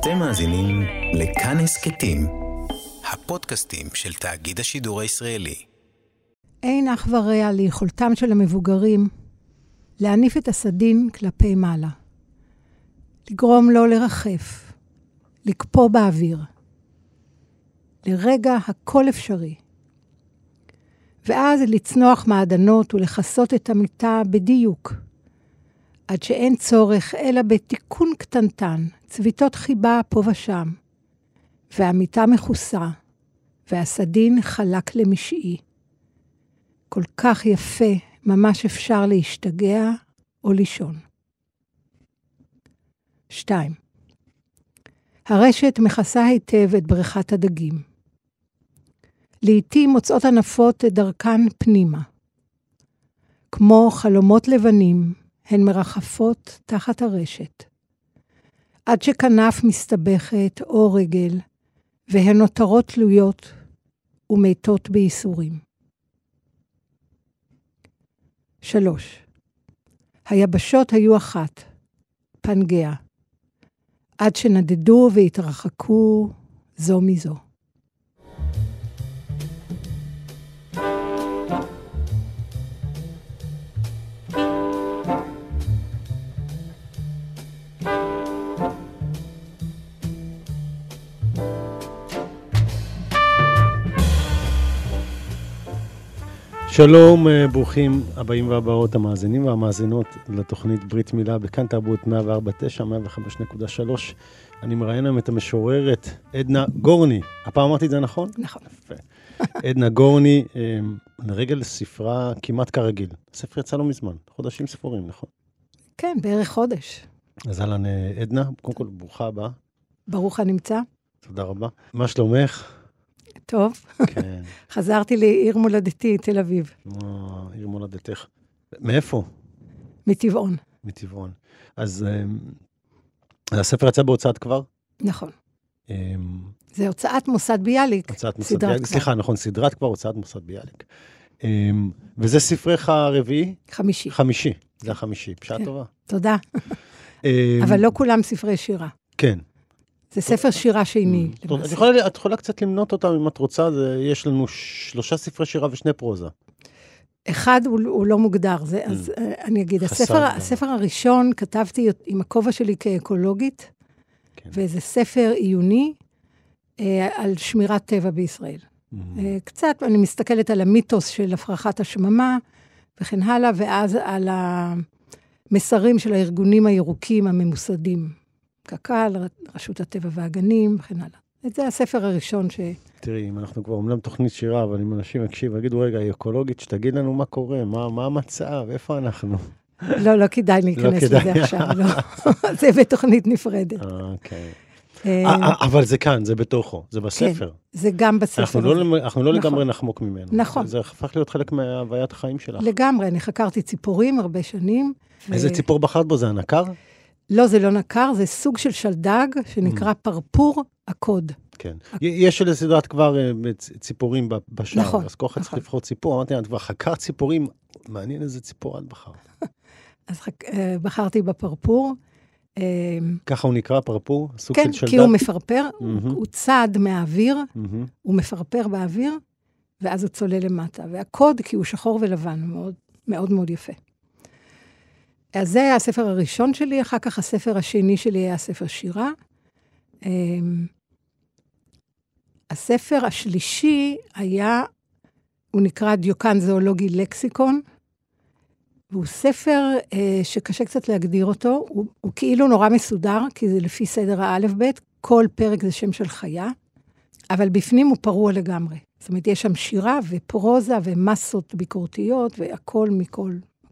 אתם מאזינים לכאן הסכתים, הפודקאסטים של תאגיד השידור הישראלי. אין אח ורע ליכולתם של המבוגרים להניף את הסדין כלפי מעלה, לגרום לו לרחף, לקפוא באוויר. לרגע הכל אפשרי. ואז לצנוח מעדנות ולחסות את המיטה בדיוק, עד שאין צורך אלא בתיקון קטנטן, צביטות חיבה פה ושם, והמיטה מכוסה, והסדין חלק למשעי. כל כך יפה, ממש אפשר להשתגע או לישון. 2. הרשת מכסה היטב את בריכת הדגים. לעתים מוצאות ענפות את דרכן פנימה. כמו חלומות לבנים, הן מרחפות תחת הרשת. עד שכנף מסתבכת או רגל, והן נותרות תלויות ומתות בייסורים. 3. היבשות היו אחת, פנגea, עד שנדדו והתרחקו זו מזו. שלום, ברוכים הבאים והבאות המאזינים והמאזינות לתוכנית ברית מילה בכאן תרבות 104.9, 105.3. אני מראיין היום את המשוררת עדנה גורני. הפעם אמרתי את זה נכון? נכון. יפה. עדנה גורני, לרגל ספרה כמעט כרגיל. הספר יצא לא מזמן, חודשים ספורים, נכון? כן, בערך חודש. אז אהלן עדנה, קודם כל ברוכה הבאה. ברוך הנמצא. תודה רבה. מה שלומך? טוב. כן. חזרתי לעיר מולדתי, תל אביב. עיר מולדתך. מאיפה? מטבעון. מטבעון. אז הספר יצא בהוצאת כבר? נכון. זה הוצאת מוסד ביאליק. הוצאת מוסד ביאליק. סליחה, נכון, סדרת כבר הוצאת מוסד ביאליק. וזה ספרך הרביעי? חמישי. חמישי, זה החמישי. בשעה טובה. תודה. אבל לא כולם ספרי שירה. כן. זה ספר שירה שני. את יכולה קצת למנות אותם אם את רוצה, יש לנו 3 ספרי שירה ו2 פרוזה. אחד הוא לא מוגדר, אז אני אגיד, הספר הראשון כתבתי עם הכובע שלי כאקולוגית, וזה ספר עיוני על שמירת טבע בישראל. קצת אני מסתכלת על המיתוס של הפרחת השממה, וכן הלאה, ואז על המסרים של הארגונים הירוקים הממוסדים. קק"ל, רשות הטבע והגנים, וכן הלאה. זה הספר הראשון תראי, אם אנחנו כבר אומנם תוכנית שירה, אבל אם אנשים יקשיב, יגידו, רגע, היא אקולוגית, שתגיד לנו מה קורה, מה המצב, איפה אנחנו? לא כדאי להיכנס לזה עכשיו, לא. זה בתוכנית נפרדת. אוקיי. אבל זה כאן, זה בתוכו, זה בספר. כן, זה גם בספר. אנחנו לא לגמרי נחמוק ממנו. נכון. זה הפך להיות חלק מהוויית החיים שלך. לגמרי, אני חקרתי ציפורים הרבה שנים. איזה ציפור בחרת בו, זה הנקר? לא, זה לא נקר, זה סוג של שלדג, שנקרא פרפור הקוד. כן. יש לסדרת כבר ציפורים בשער, נכון. אז כל אחד צריך לבחור ציפור. אמרתי, את כבר חקרת ציפורים, מעניין איזה ציפור את בחרת. אז בחרתי בפרפור. ככה הוא נקרא, פרפור? סוג של שלדג? כן, כי הוא מפרפר, הוא צד מהאוויר, הוא מפרפר באוויר, ואז הוא צולל למטה. והקוד, כי הוא שחור ולבן, מאוד מאוד, מאוד יפה. אז זה היה הספר הראשון שלי, אחר כך הספר השני שלי היה ספר שירה. הספר השלישי היה, הוא נקרא דיוקן זואולוגי לקסיקון, והוא ספר שקשה קצת להגדיר אותו, הוא כאילו נורא מסודר, כי זה לפי סדר האלף בית, כל פרק זה שם של חיה, אבל בפנים הוא פרוע לגמרי. זאת אומרת, יש שם שירה ופרוזה ומסות ביקורתיות, והכל מכל.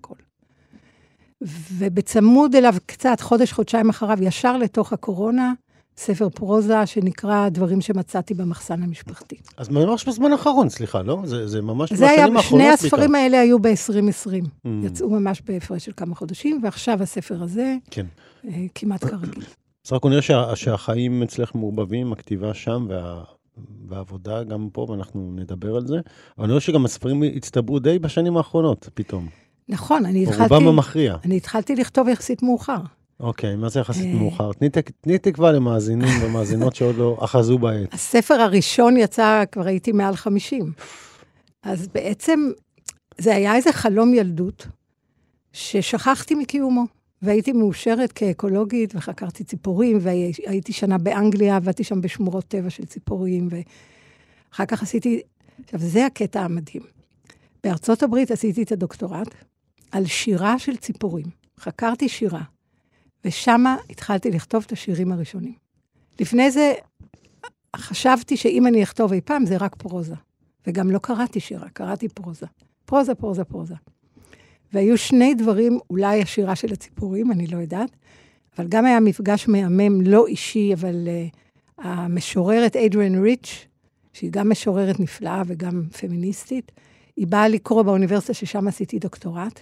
ובצמוד אליו קצת, חודשיים אחריו, ישר לתוך הקורונה, ספר פרוזה שנקרא דברים שמצאתי במחסן המשפחתי. אז ממש בזמן האחרון, סליחה, לא? זה ממש זה היה, שני הספרים האלה היו ב-2020. יצאו ממש בהפרש של כמה חודשים, ועכשיו הספר הזה, כן. כמעט כרגיל. אז רק נראה שהחיים אצלך מעורבבים, הכתיבה שם, והעבודה גם פה, ואנחנו נדבר על זה. אבל אני רואה שגם הספרים הצטברו די בשנים האחרונות, פתאום. נכון, רובם המכריע. אני התחלתי לכתוב יחסית מאוחר. אוקיי, מה זה יחסית מאוחר? תני תקווה למאזינים ומאזינות שעוד לא אחזו בעת. הספר הראשון יצא, כבר הייתי מעל 50. אז בעצם זה היה איזה חלום ילדות, ששכחתי מקיומו, והייתי מאושרת כאקולוגית, וחקרתי ציפורים, והייתי שנה באנגליה, עבדתי שם בשמורות טבע של ציפורים, ואחר כך עשיתי, עכשיו זה הקטע המדהים. בארצות הברית עשיתי את הדוקטורט, על שירה של ציפורים. חקרתי שירה, ושמה התחלתי לכתוב את השירים הראשונים. לפני זה חשבתי שאם אני אכתוב אי פעם, זה רק פרוזה. וגם לא קראתי שירה, קראתי פרוזה. פרוזה, פרוזה, פרוזה. והיו שני דברים, אולי השירה של הציפורים, אני לא יודעת, אבל גם היה מפגש מהמם, לא אישי, אבל המשוררת אדריאן ריץ', שהיא גם משוררת נפלאה וגם פמיניסטית, היא באה לקרוא באוניברסיטה ששם עשיתי דוקטורט.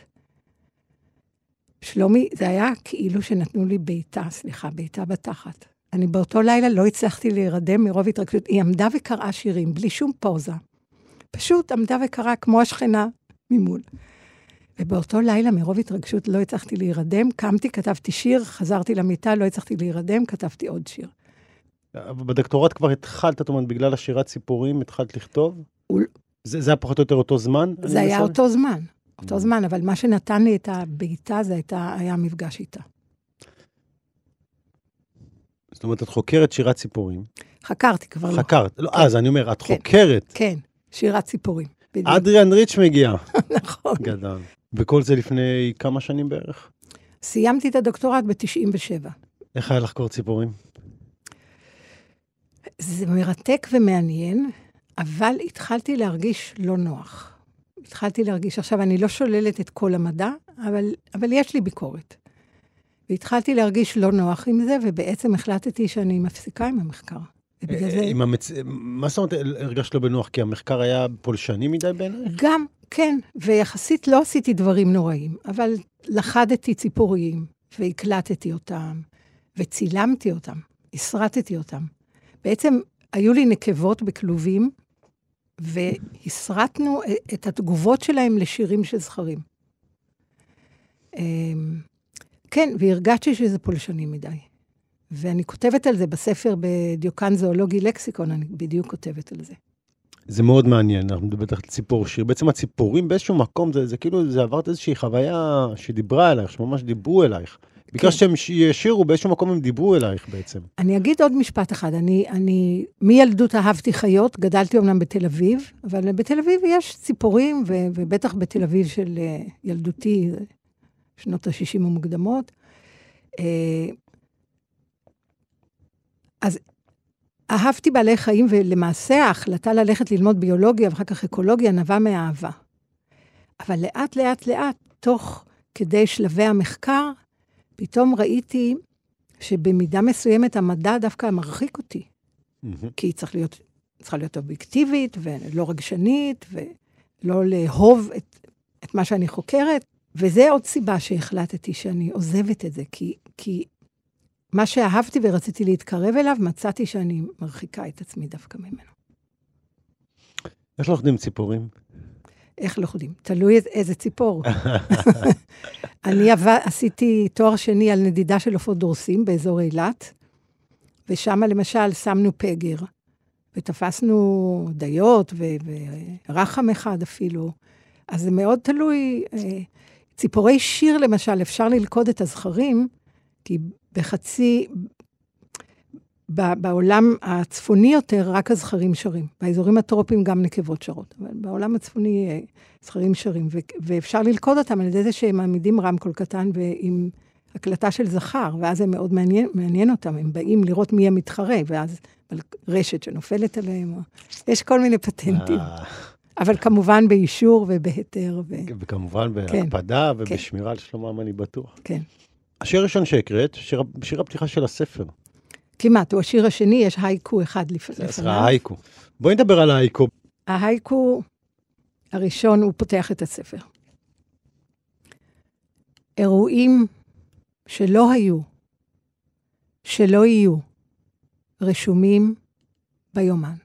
שלומי, זה היה כאילו שנתנו לי בעיטה בתחת. אני באותו לילה לא הצלחתי להירדם מרוב התרגשות. היא עמדה וקראה שירים, בלי שום פוזה. פשוט עמדה וקראה כמו השכנה ממול. ובאותו לילה מרוב התרגשות לא הצלחתי להירדם, קמתי, כתבתי שיר, חזרתי למיטה, לא הצלחתי להירדם, כתבתי עוד שיר. בדוקטורט כבר התחלת, זאת אומרת, בגלל השירת ציפורים, התחלת לכתוב? זה היה פחות או יותר אותו זמן? זה היה אותו זמן. אותו זמן, אבל מה שנתן לי את הבעיטה, זה היה מפגש איתה. זאת אומרת, את חוקרת שירת ציפורים. חקרתי כבר לא. חקרת, לא, אז אני אומר, את חוקרת. כן, שירת ציפורים. אדריאן ריץ' מגיע. נכון. גדל. וכל זה לפני כמה שנים בערך? סיימתי את הדוקטורט ב-97. איך היה לחקור ציפורים? זה מרתק ומעניין, אבל התחלתי להרגיש לא נוח. התחלתי להרגיש, עכשיו אני לא שוללת את כל המדע, אבל יש לי ביקורת. והתחלתי להרגיש לא נוח עם זה, ובעצם החלטתי שאני מפסיקה עם המחקר. מה זאת אומרת, הרגשת לא בנוח? כי המחקר היה פולשני מדי בעינייך? גם, כן, ויחסית לא עשיתי דברים נוראים, אבל לחדתי ציפוריים, והקלטתי אותם, וצילמתי אותם, הסרטתי אותם. בעצם היו לי נקבות בכלובים, והסרטנו את התגובות שלהם לשירים של זכרים. כן, והרגשתי שזה פולשני מדי. ואני כותבת על זה בספר בדיוקן זואולוגי לקסיקון, אני בדיוק כותבת על זה. זה מאוד מעניין, אנחנו מדברים על ציפור שיר. בעצם הציפורים באיזשהו מקום, זה כאילו, זה עברת איזושהי חוויה שדיברה אלייך, שממש דיברו אלייך. בגלל שהם ישירו, באיזשהו מקום הם דיברו אלייך בעצם. אני אגיד עוד משפט אחד, אני מילדות אהבתי חיות, גדלתי אומנם בתל אביב, אבל בתל אביב יש ציפורים, ובטח בתל אביב של ילדותי, שנות ה-60 המוקדמות. אז אהבתי בעלי חיים, ולמעשה ההחלטה ללכת ללמוד ביולוגיה, ואחר כך אקולוגיה, נבע מהאהבה. אבל לאט, תוך כדי שלבי המחקר, פתאום ראיתי שבמידה מסוימת המדע דווקא מרחיק אותי. כי היא צריכה להיות אובייקטיבית, ולא רגשנית, ולא לאהוב את מה שאני חוקרת. וזה עוד סיבה שהחלטתי שאני עוזבת את זה, כי מה שאהבתי ורציתי להתקרב אליו, מצאתי שאני מרחיקה את עצמי דווקא ממנו. איך לוכדים ציפורים? איך לוכדים? תלוי איזה ציפור. אני עשיתי תואר שני על נדידה של עופות דורסים באזור אילת, ושם למשל שמנו פגר, ותפסנו דיות ורחם אחד אפילו. אז זה מאוד תלוי. ציפורי שיר למשל, אפשר ללכוד את הזכרים, כי בעולם הצפוני יותר, רק הזכרים שרים. באזורים הטרופיים גם נקבות שרות. אבל בעולם הצפוני, זכרים שרים. ואפשר ללכוד אותם על ידי זה שהם מעמידים רמקול קטן ועם הקלטה של זכר, ואז זה מאוד מעניין אותם. הם באים לראות מי המתחרה, ואז רשת שנופלת עליהם. יש כל מיני פטנטים. אבל כמובן באישור ובהיתר. וכמובן בהקפדה ובשמירה על שלומם, אני בטוח. כן. השיר הראשון שהקראת, שיר הפתיחה של הספר. כמעט, הוא השיר השני, יש הייקו אחד לפניו. זה ההייקו. בואי נדבר על ההייקו. ההייקו הראשון, הוא פותח את הספר. אירועים שלא היו, שלא יהיו, רשומים ביומן.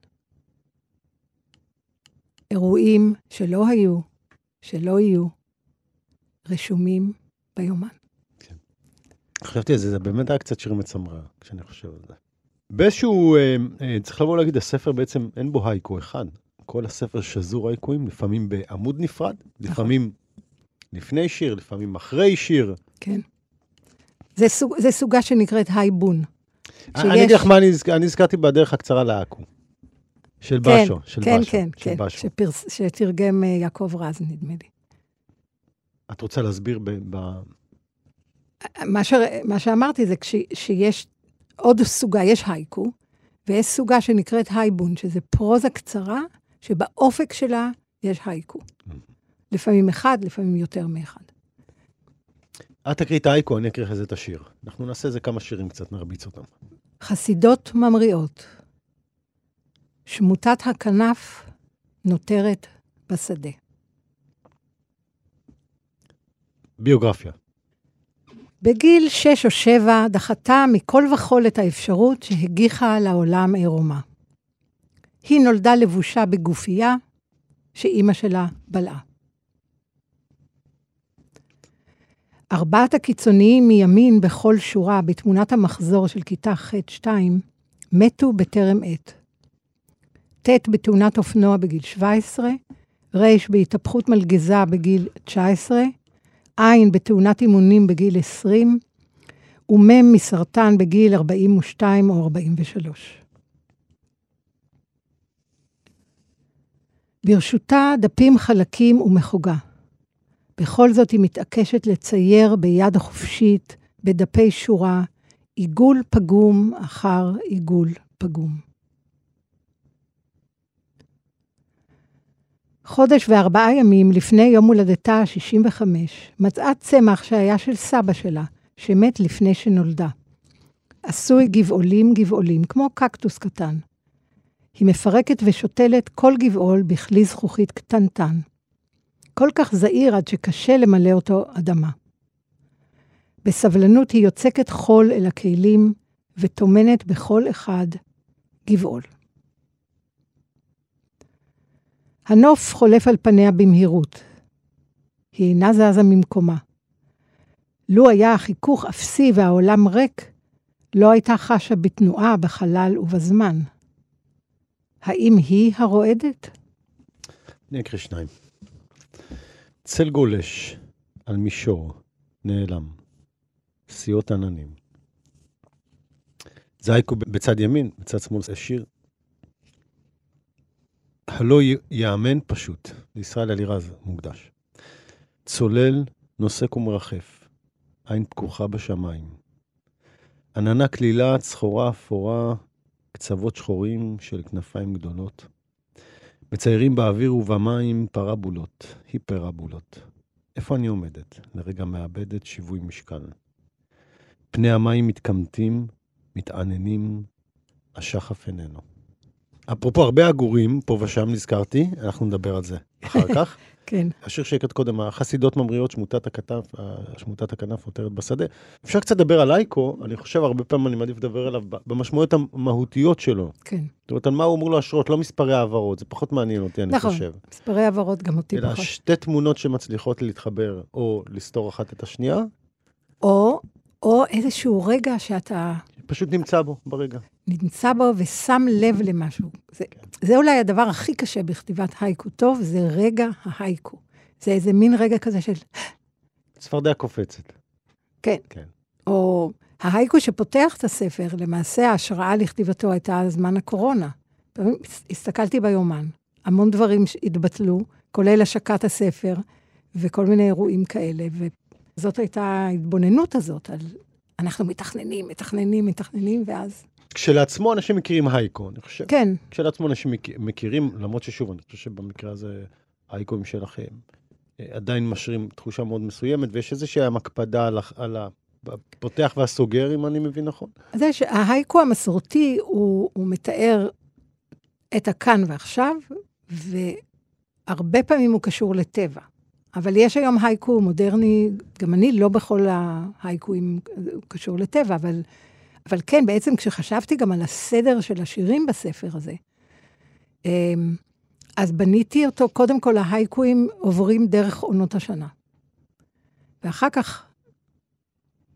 אירועים שלא היו, שלא יהיו, רשומים ביומן. חשבתי על זה, זה באמת היה קצת שיר מצמרר, כשאני חושב על זה. באיזשהו, צריך לבוא להגיד, הספר בעצם אין בו הייקו אחד. כל הספר שזור הייקויים, לפעמים בעמוד נפרד, לפעמים לפני שיר, לפעמים אחרי שיר. כן. זה סוגה שנקראת הייבון. אני אגיד לך מה אני הזכרתי בדרך הקצרה לעכו. של בשו. כן, כן, כן. שתרגם יעקב רז, נדמה לי. את רוצה להסביר מה שאמרתי זה שיש עוד סוגה, יש הייקו, ויש סוגה שנקראת הייבון, שזה פרוזה קצרה, שבאופק שלה יש הייקו. לפעמים אחד, לפעמים יותר מאחד. את תקריא את ההייקו, אני אקריא את השיר. אנחנו נעשה איזה כמה שירים קצת, נרביץ אותם. חסידות ממריאות. שמותת הכנף נותרת בשדה. ביוגרפיה. בגיל 6 או 7 דחתה מכל וכל את האפשרות שהגיחה לעולם עירומה. היא נולדה לבושה בגופייה שאימא שלה בלעה. 4 הקיצוניים מימין בכל שורה בתמונת המחזור של כיתה ח'-2 מתו בטרם עת. ט' בתאונת אופנוע בגיל 17, ר' בהתהפכות מלגזה בגיל 19, עין בתאונת אימונים בגיל 20, ומם מסרטן בגיל 42 או 43. ברשותה דפים חלקים ומחוגה. בכל זאת היא מתעקשת לצייר ביד החופשית, בדפי שורה, עיגול פגום אחר עיגול פגום. חודש ו4 ימים לפני יום הולדתה ה-65, מצאה צמח שהיה של סבא שלה, שמת לפני שנולדה. עשוי גבעולים, כמו קקטוס קטן. היא מפרקת ושותלת כל גבעול בכלי זכוכית קטנטן. כל כך זעיר עד שקשה למלא אותו אדמה. בסבלנות היא יוצקת חול אל הכלים, ותומנת בכל אחד גבעול. הנוף חולף על פניה במהירות. היא אינה זזה ממקומה. לו היה החיכוך אפסי והעולם ריק, לא הייתה חשה בתנועה, בחלל ובזמן. האם היא הרועדת? אני אקריא 2. צל גולש על מישור נעלם. סיעות עננים. זייקו בצד ימין, בצד שמאל שיר. הלא יאמן פשוט. לישראל אלירז מוקדש. צולל, נוסק ומרחף. עין פקוחה בשמיים. עננה כלילה, צחורה אפורה, קצוות שחורים של כנפיים גדולות. מציירים באוויר ובמים פרבולות, היפרבולות. איפה אני עומדת? לרגע מאבדת שיווי משקל. פני המים מתקמטים, מתעננים, השחף איננו. אפרופו הרבה עגורים, פה ושם נזכרתי, אנחנו נדבר על זה אחר כך. כן. השיר שהקראת קודם, החסידות ממריאות, שמותת הכנף נותרת בשדה. אפשר קצת לדבר על הייקו, אני חושב הרבה פעמים אני מעדיף לדבר עליו במשמעויות המהותיות שלו. כן. זאת אומרת, על מה הוא אמור להשרות, לא מספרי העברות, זה פחות מעניין אותי, אני חושב. נכון, מספרי העברות גם אותי פחות. אלא 2 תמונות שמצליחות להתחבר, או לסתור אחת את השנייה. או איזשהו רגע שאתה... פשוט נמצא בו ברגע. נמצא בו ושם לב למשהו. זה אולי הדבר הכי קשה בכתיבת הייקו טוב, זה רגע ההייקו. זה איזה מין רגע כזה של... צפרדע קופצת. כן. או ההייקו שפותח את הספר, למעשה ההשראה לכתיבתו הייתה זמן הקורונה. הסתכלתי ביומן, המון דברים התבטלו, כולל השקת הספר, וכל מיני אירועים כאלה, וזאת הייתה ההתבוננות הזאת, על אנחנו מתכננים, ואז... כשלעצמו אנשים מכירים הייקו, אני חושב. כן. כשלעצמו אנשים מכירים, למרות ששוב, אני חושב שבמקרה הזה, הייקוים שלכם עדיין משרים תחושה מאוד מסוימת, ויש איזושהי המקפדה על הפותח והסוגר, אם אני מבין נכון. אז ההייקו המסורתי, הוא מתאר את הכאן ועכשיו, והרבה פעמים הוא קשור לטבע. אבל יש היום הייקו מודרני, גם אני לא בכל ההייקוים קשור לטבע, אבל כן, בעצם כשחשבתי גם על הסדר של השירים בספר הזה, אז בניתי אותו, קודם כל ההייקוים עוברים דרך עונות השנה. ואחר כך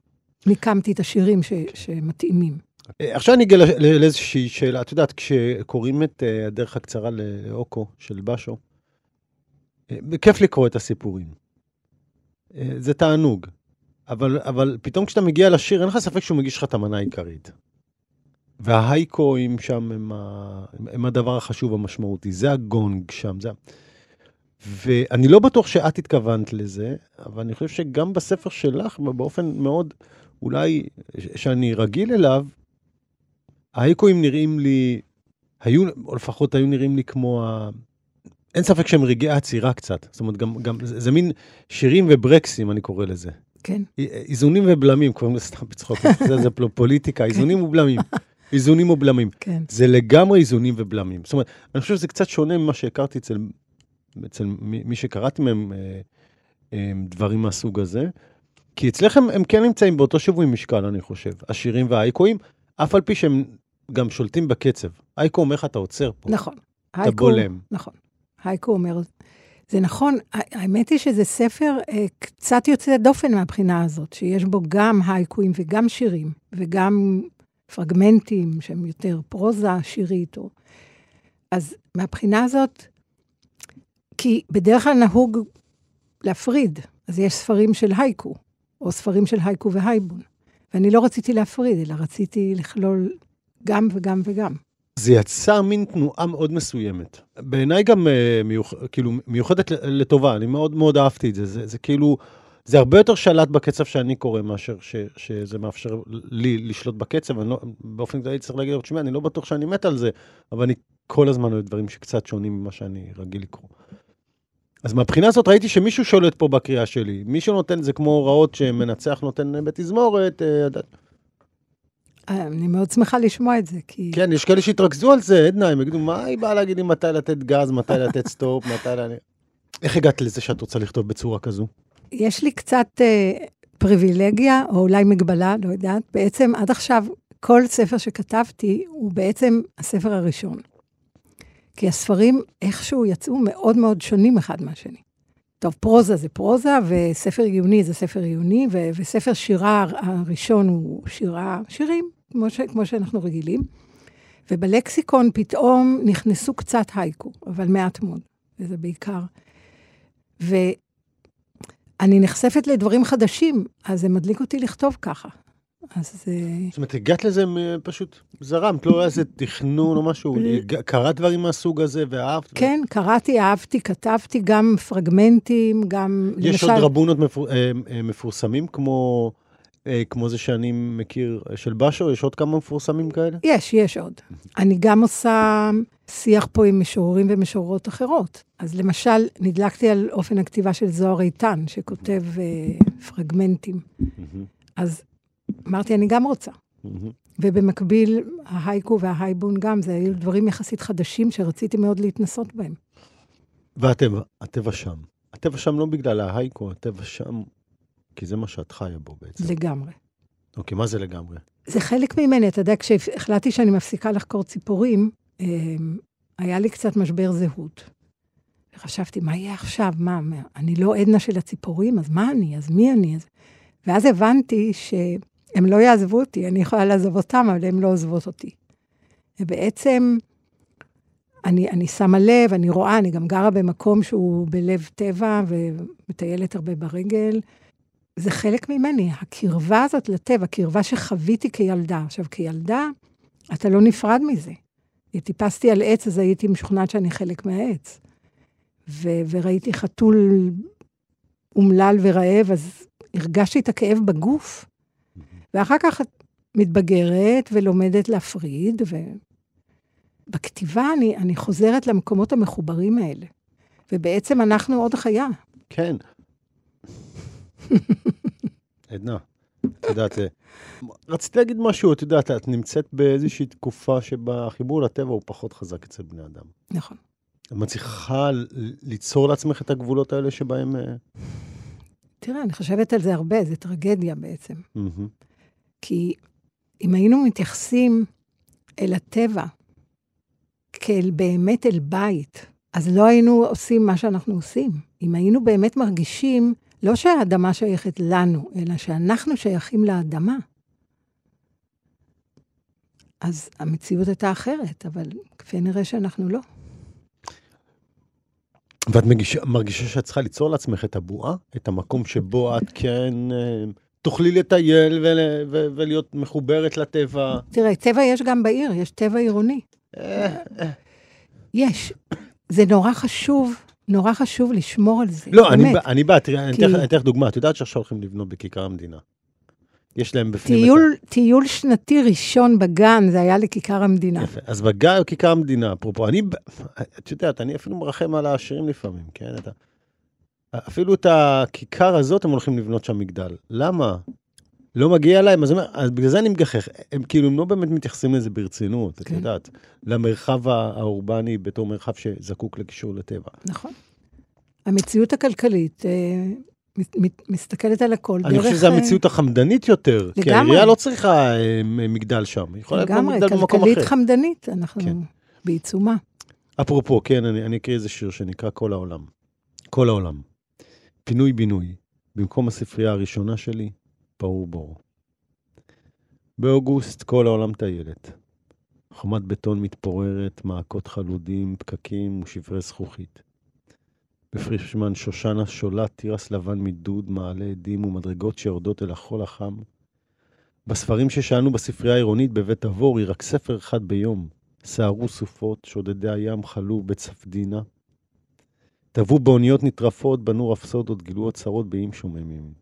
מיקמתי את השירים שמתאימים. עכשיו אני אגיע לאיזושהי שאלה. את יודעת, כשקוראים את הדרך הקצרה לאוקו של בשו, כיף לקרוא את הסיפורים. זה תענוג. אבל פתאום כשאתה מגיע לשיר, אין לך ספק שהוא מגיש לך את המנה העיקרית. וההייקואים שם הם הדבר החשוב המשמעותי. זה הגונג שם. ואני לא בטוח שאת התכוונת לזה, אבל אני חושב שגם בספר שלך, באופן מאוד, אולי שאני רגיל אליו, ההייקואים נראים לי, או לפחות היו נראים לי כמו אין ספק שהם רגעי עצירה קצת. זאת אומרת, גם זה מין שירים וברקסים, אני קורא לזה. כן. איזונים ובלמים, קוראים לזה סתם בצחוק, זה פוליטיקה, איזונים ובלמים. איזונים ובלמים. כן. זה לגמרי איזונים ובלמים. זאת אומרת, אני חושב שזה קצת שונה ממה שהכרתי אצל מי שקראתי מהם דברים מהסוג הזה, כי אצלכם הם כן נמצאים באותו שבוי משקל, אני חושב, השירים וההייקואים, אף על פי שהם גם שולטים בקצב. הייקו אומר לך, אתה עוצר פה. נכון. אתה בולם. נכון. הייקו אומר, זה נכון, האמת היא שזה ספר קצת יוצא דופן מהבחינה הזאת, שיש בו גם הייקואים וגם שירים, וגם פרגמנטים שהם יותר פרוזה שירית. אז מהבחינה הזאת, כי בדרך כלל נהוג להפריד, אז יש ספרים של הייקו, או ספרים של הייקו והייבון. ואני לא רציתי להפריד, אלא רציתי לכלול גם וגם וגם. זה יצא מין תנועה מאוד מסוימת. בעיניי גם כאילו מיוחדת לטובה, אני מאוד מאוד אהבתי את זה. זה כאילו, זה הרבה יותר שלט בקצב שאני קורא, מאשר שזה מאפשר לי לשלוט בקצב. אני לא, באופן כללי צריך להגיד, תשמע, אני לא בטוח שאני מת על זה, אבל אני כל הזמן אוהב דברים שקצת שונים ממה שאני רגיל לקרוא. אז מהבחינה הזאת ראיתי שמישהו שולט פה בקריאה שלי. מישהו נותן, זה כמו הוראות שמנצח נותן בתזמורת. אני מאוד שמחה לשמוע את זה, כי... כן, יש כאלה שהתרכזו על זה, עדנה, הם יגידו, מה היא באה להגיד לי מתי לתת גז, מתי לתת סטופ, מתי איך הגעת לזה שאת רוצה לכתוב בצורה כזו? יש לי קצת פריבילגיה, או אולי מגבלה, לא יודעת. בעצם עד עכשיו, כל ספר שכתבתי, הוא בעצם הספר הראשון. כי הספרים איכשהו יצאו מאוד מאוד שונים אחד מהשני. טוב, פרוזה זה פרוזה, וספר עיוני זה ספר עיוני, וספר שירה הראשון הוא שירים, כמו שאנחנו רגילים. ובלקסיקון פתאום נכנסו קצת הייקו, אבל מעט מאוד, וזה בעיקר. ואני נחשפת לדברים חדשים, אז זה מדליק אותי לכתוב ככה. אז זאת אומרת, הגעת לזה פשוט זרמת, לא איזה תכנון או משהו, קראת דברים מהסוג הזה ואהבת? כן, קראתי, אהבתי, כתבתי גם פרגמנטים, גם יש עוד רבונות מפורסמים כמו זה שאני מכיר של בשו? יש עוד כמה מפורסמים כאלה? יש עוד. אני גם עושה שיח פה עם משוררים ומשוררות אחרות. אז למשל, נדלקתי על אופן הכתיבה של זוהר איתן, שכותב פרגמנטים. אז אמרתי, אני גם רוצה. ובמקביל, ההייקו וההייבון גם, זה היו דברים יחסית חדשים שרציתי מאוד להתנסות בהם. והטבע שם. הטבע שם לא בגלל ההייקו, הטבע שם, כי זה מה שאת חיה בו בעצם. לגמרי. אוקיי, מה זה לגמרי? זה חלק ממני, אתה יודע, כשהחלטתי שאני מפסיקה לחקור ציפורים, היה לי קצת משבר זהות. וחשבתי, מה יהיה עכשיו? אני לא עדנה של הציפורים, אז מה אני? אז מי אני? ואז הבנתי שהם לא יעזבו אותי, אני יכולה לעזוב אותם, אבל הם לא עוזבות אותי. ובעצם, אני שמה לב, אני רואה, אני גם גרה במקום שהוא בלב טבע, ומטיילת הרבה ברגל. זה חלק ממני, הקרבה הזאת לטבע, הקרבה שחוויתי כילדה. עכשיו, כילדה, אתה לא נפרד מזה. טיפסתי על עץ, אז הייתי משוכנעת שאני חלק מהעץ. וראיתי חתול אומלל ורעב, אז הרגשתי את הכאב בגוף. ואחר כך את מתבגרת ולומדת להפריד, ובכתיבה אני חוזרת למקומות המחוברים האלה. ובעצם אנחנו עוד חיה. כן. עדנה, את יודעת, רציתי להגיד משהו, את יודעת, את נמצאת באיזושהי תקופה שבה החיבור לטבע הוא פחות חזק אצל בני אדם. נכון. את מצליחה ליצור לעצמך את הגבולות האלה שבהם... תראה, אני חושבת על זה הרבה, זה טרגדיה בעצם. כי אם היינו מתייחסים אל הטבע, כאל בית, אז לא היינו עושים מה שאנחנו עושים. אם היינו באמת מרגישים לא שהאדמה שייכת לנו, אלא שאנחנו שייכים לאדמה. אז המציאות הייתה אחרת, אבל כפי נראה שאנחנו לא. ואת מרגישה שאת צריכה ליצור לעצמך את הבועה, את המקום שבו את כן תוכלי לטייל ולהיות מחוברת לטבע. תראה, טבע יש גם בעיר, יש טבע עירוני. יש. זה נורא חשוב לשמור על זה. לא, אני בא, תראה, אני אתן לך דוגמה, את יודעת שעכשיו הולכים לבנות בכיכר המדינה. יש להם בפנים טיול שנתי ראשון בגן, זה היה לכיכר המדינה. יפה, אז בגן או כיכר המדינה, אפרופו, את יודעת, אני אפילו מרחם על העשירים לפעמים, כן? אפילו את הכיכר הזאת הם הולכים לבנות שם מגדל. למה? לא מגיע להם, אז בגלל זה אני מגחך. הם כאילו לא באמת מתייחסים לזה ברצינות, את יודעת, למרחב האורבני בתור מרחב שזקוק לקישור לטבע. נכון. המציאות הכלכלית מסתכלת על הכל. אני חושב שזו המציאות החמדנית יותר. לגמרי. כי העירייה לא צריכה מגדל שם. היא יכולה להיות מגדל במקום אחר. כלכלית חמדנית, אנחנו בעיצומה. אפרופו, כן, אני אקריא איזה שיר שנקרא כל העולם. כל העולם. פינוי בינוי. במקום הספרייה הראשונה שלי, פאור בור. באוגוסט כל העולם טיילת. חומת בטון מתפוררת, מעקות חלודים, פקקים ושברי זכוכית. בפרישמן שושנה שולט תירס לבן מדוד, מעלה עדים ומדרגות שיורדות אל החול החם. בספרים ששאלנו בספרייה העירונית בבית עבור, היא רק ספר אחד ביום. שערו סופות, שודדי הים חלו בצפדינה. טבעו באוניות נטרפות, בנו רפסודות, גילו הצרות באיים שוממים.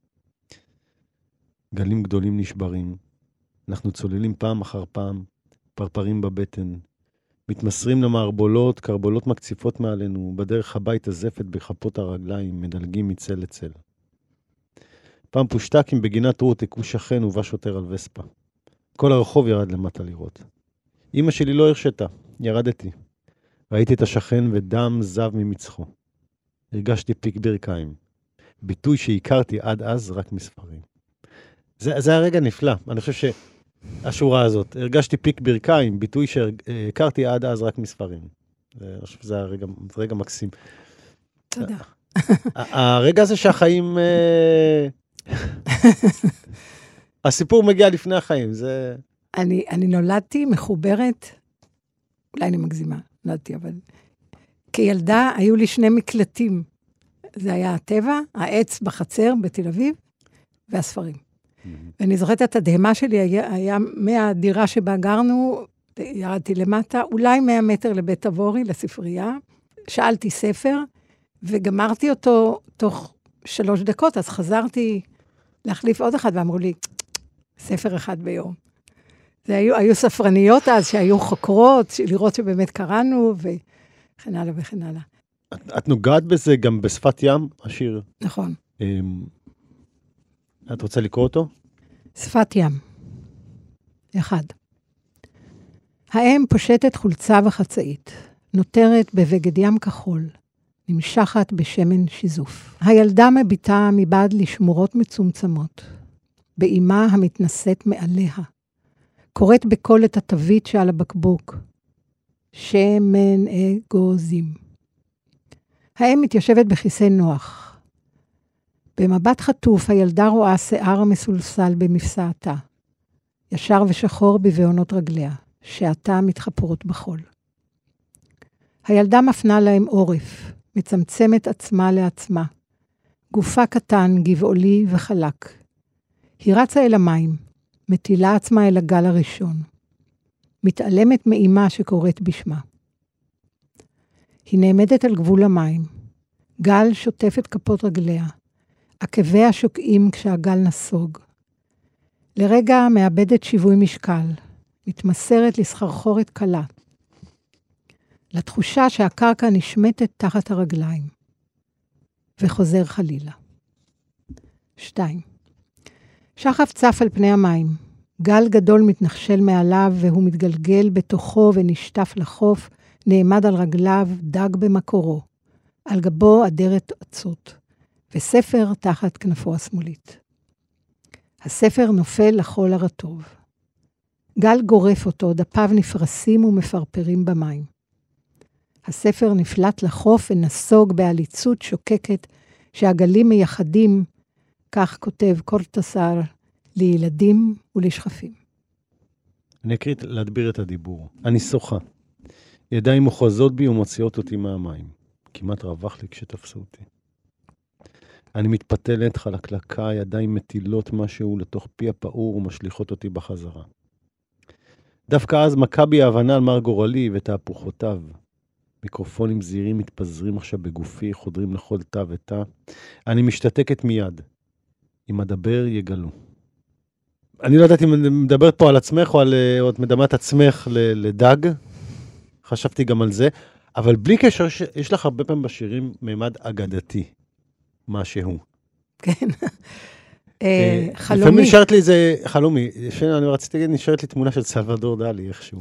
גלים גדולים נשברים. אנחנו צוללים פעם אחר פעם, פרפרים בבטן. מתמסרים למערבולות, קרבולות מקציפות מעלינו, בדרך הבית הזפת בחפות הרגליים, מדלגים מצל לצל. פעם פושטקים בגינת רות הכו שכן ובא שוטר על וספה. כל הרחוב ירד למטה לראות. אמא שלי לא הרשתה, ירדתי. ראיתי את השכן ודם זב ממצחו. הרגשתי פיק ברכיים. ביטוי שהכרתי עד אז רק מספרים. זה הרגע נפלא. אני חושב שהשורה הזאת, הרגשתי פיק ברכיים, ביטוי שהכרתי עד אז רק מספרים. אני חושב שזה רגע מקסים. תודה. הרגע הזה שהחיים... הסיפור מגיע לפני החיים, זה... אני נולדתי מחוברת, אולי אני מגזימה, נולדתי, אבל... כילדה היו לי 2 מקלטים. זה היה הטבע, העץ בחצר בתל אביב, והספרים. ואני זוכרת את הדהמה שלי, היה מהדירה שבה גרנו, ירדתי למטה, אולי 100 מטר לבית עבורי, לספרייה, שאלתי ספר, וגמרתי אותו תוך 3 דקות, אז חזרתי להחליף עוד אחד, ואמרו לי, ספר אחד ביום. זה היו ספרניות אז, שהיו חוקרות, לראות שבאמת קראנו, וכן הלאה וכן הלאה. את נוגעת בזה גם בשפת ים, השיר. נכון. את רוצה לקרוא אותו? שפת ים. 1. האם פושטת חולצה וחצאית, נותרת בבגד ים כחול, נמשכת בשמן שיזוף. הילדה מביטה מבעד לשמורות מצומצמות, באימה המתנשאת מעליה, קוראת בקול את התווית שעל הבקבוק, שמן אגוזים. האם מתיישבת בכיסא נוח, במבט חטוף הילדה רואה שיער מסולסל במפסעתה, ישר ושחור בבעונות רגליה, שעתה מתחפרות בחול. הילדה מפנה להם עורף, מצמצמת עצמה לעצמה, גופה קטן, גבעולי וחלק. היא רצה אל המים, מטילה עצמה אל הגל הראשון, מתעלמת מאימה שקוראת בשמה. היא נעמדת על גבול המים, גל שוטף את כפות רגליה, עקביה שוקעים כשהגל נסוג. לרגע מאבדת שיווי משקל, מתמסרת לסחרחורת קלה, לתחושה שהקרקע נשמטת תחת הרגליים, וחוזר חלילה. 2. שחף צף על פני המים, גל גדול מתנחשל מעליו והוא מתגלגל בתוכו ונשטף לחוף, נעמד על רגליו דג במקורו, על גבו אדרת עצות. וספר תחת כנפו השמאלית. הספר נופל לחול הרטוב. גל גורף אותו, דפיו נפרסים ומפרפרים במים. הספר נפלט לחוף ונסוג בעליצות שוקקת, שהגלים מייחדים כך כותב קורטסר לילדים ולשכפים. אני אקריא להדביר את הדיבור. אני שוחה. ידיים מוחזות בי ומוציאות אותי מהמים. כמעט רווח לי כשתפסו אותי. אני מתפתלת חלקלקה, ידיים מטילות משהו לתוך פי הפעור ומשליחות אותי בחזרה. דווקא אז מכה בי ההבנה על מר גורלי ותהפוכותיו. מיקרופונים זהירים מתפזרים עכשיו בגופי, חודרים לכל תא ותא. אני משתתקת מיד. אם אדבר יגלו. אני לא יודעת אם מדברת פה על עצמך או את מדמת עצמך לדג. חשבתי גם על זה. אבל בלי קשר, יש לך הרבה פעמים בשירים מימד אגדתי. משהו. כן. חלומי. לפעמים נשארת לי איזה חלומי. אני רציתי להגיד, נשארת לי תמונה של סלבדור דלי, איכשהו.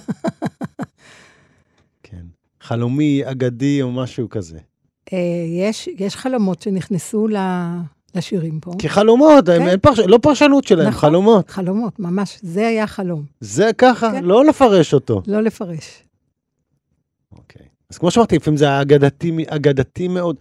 כן. חלומי, אגדי או משהו כזה. יש חלומות שנכנסו לשירים פה. כחלומות, לא פרשנות שלהם, חלומות. חלומות, ממש. זה היה חלום. זה ככה, לא לפרש אותו. לא לפרש. אוקיי. אז כמו שאמרתי, לפעמים זה אגדתי מאוד.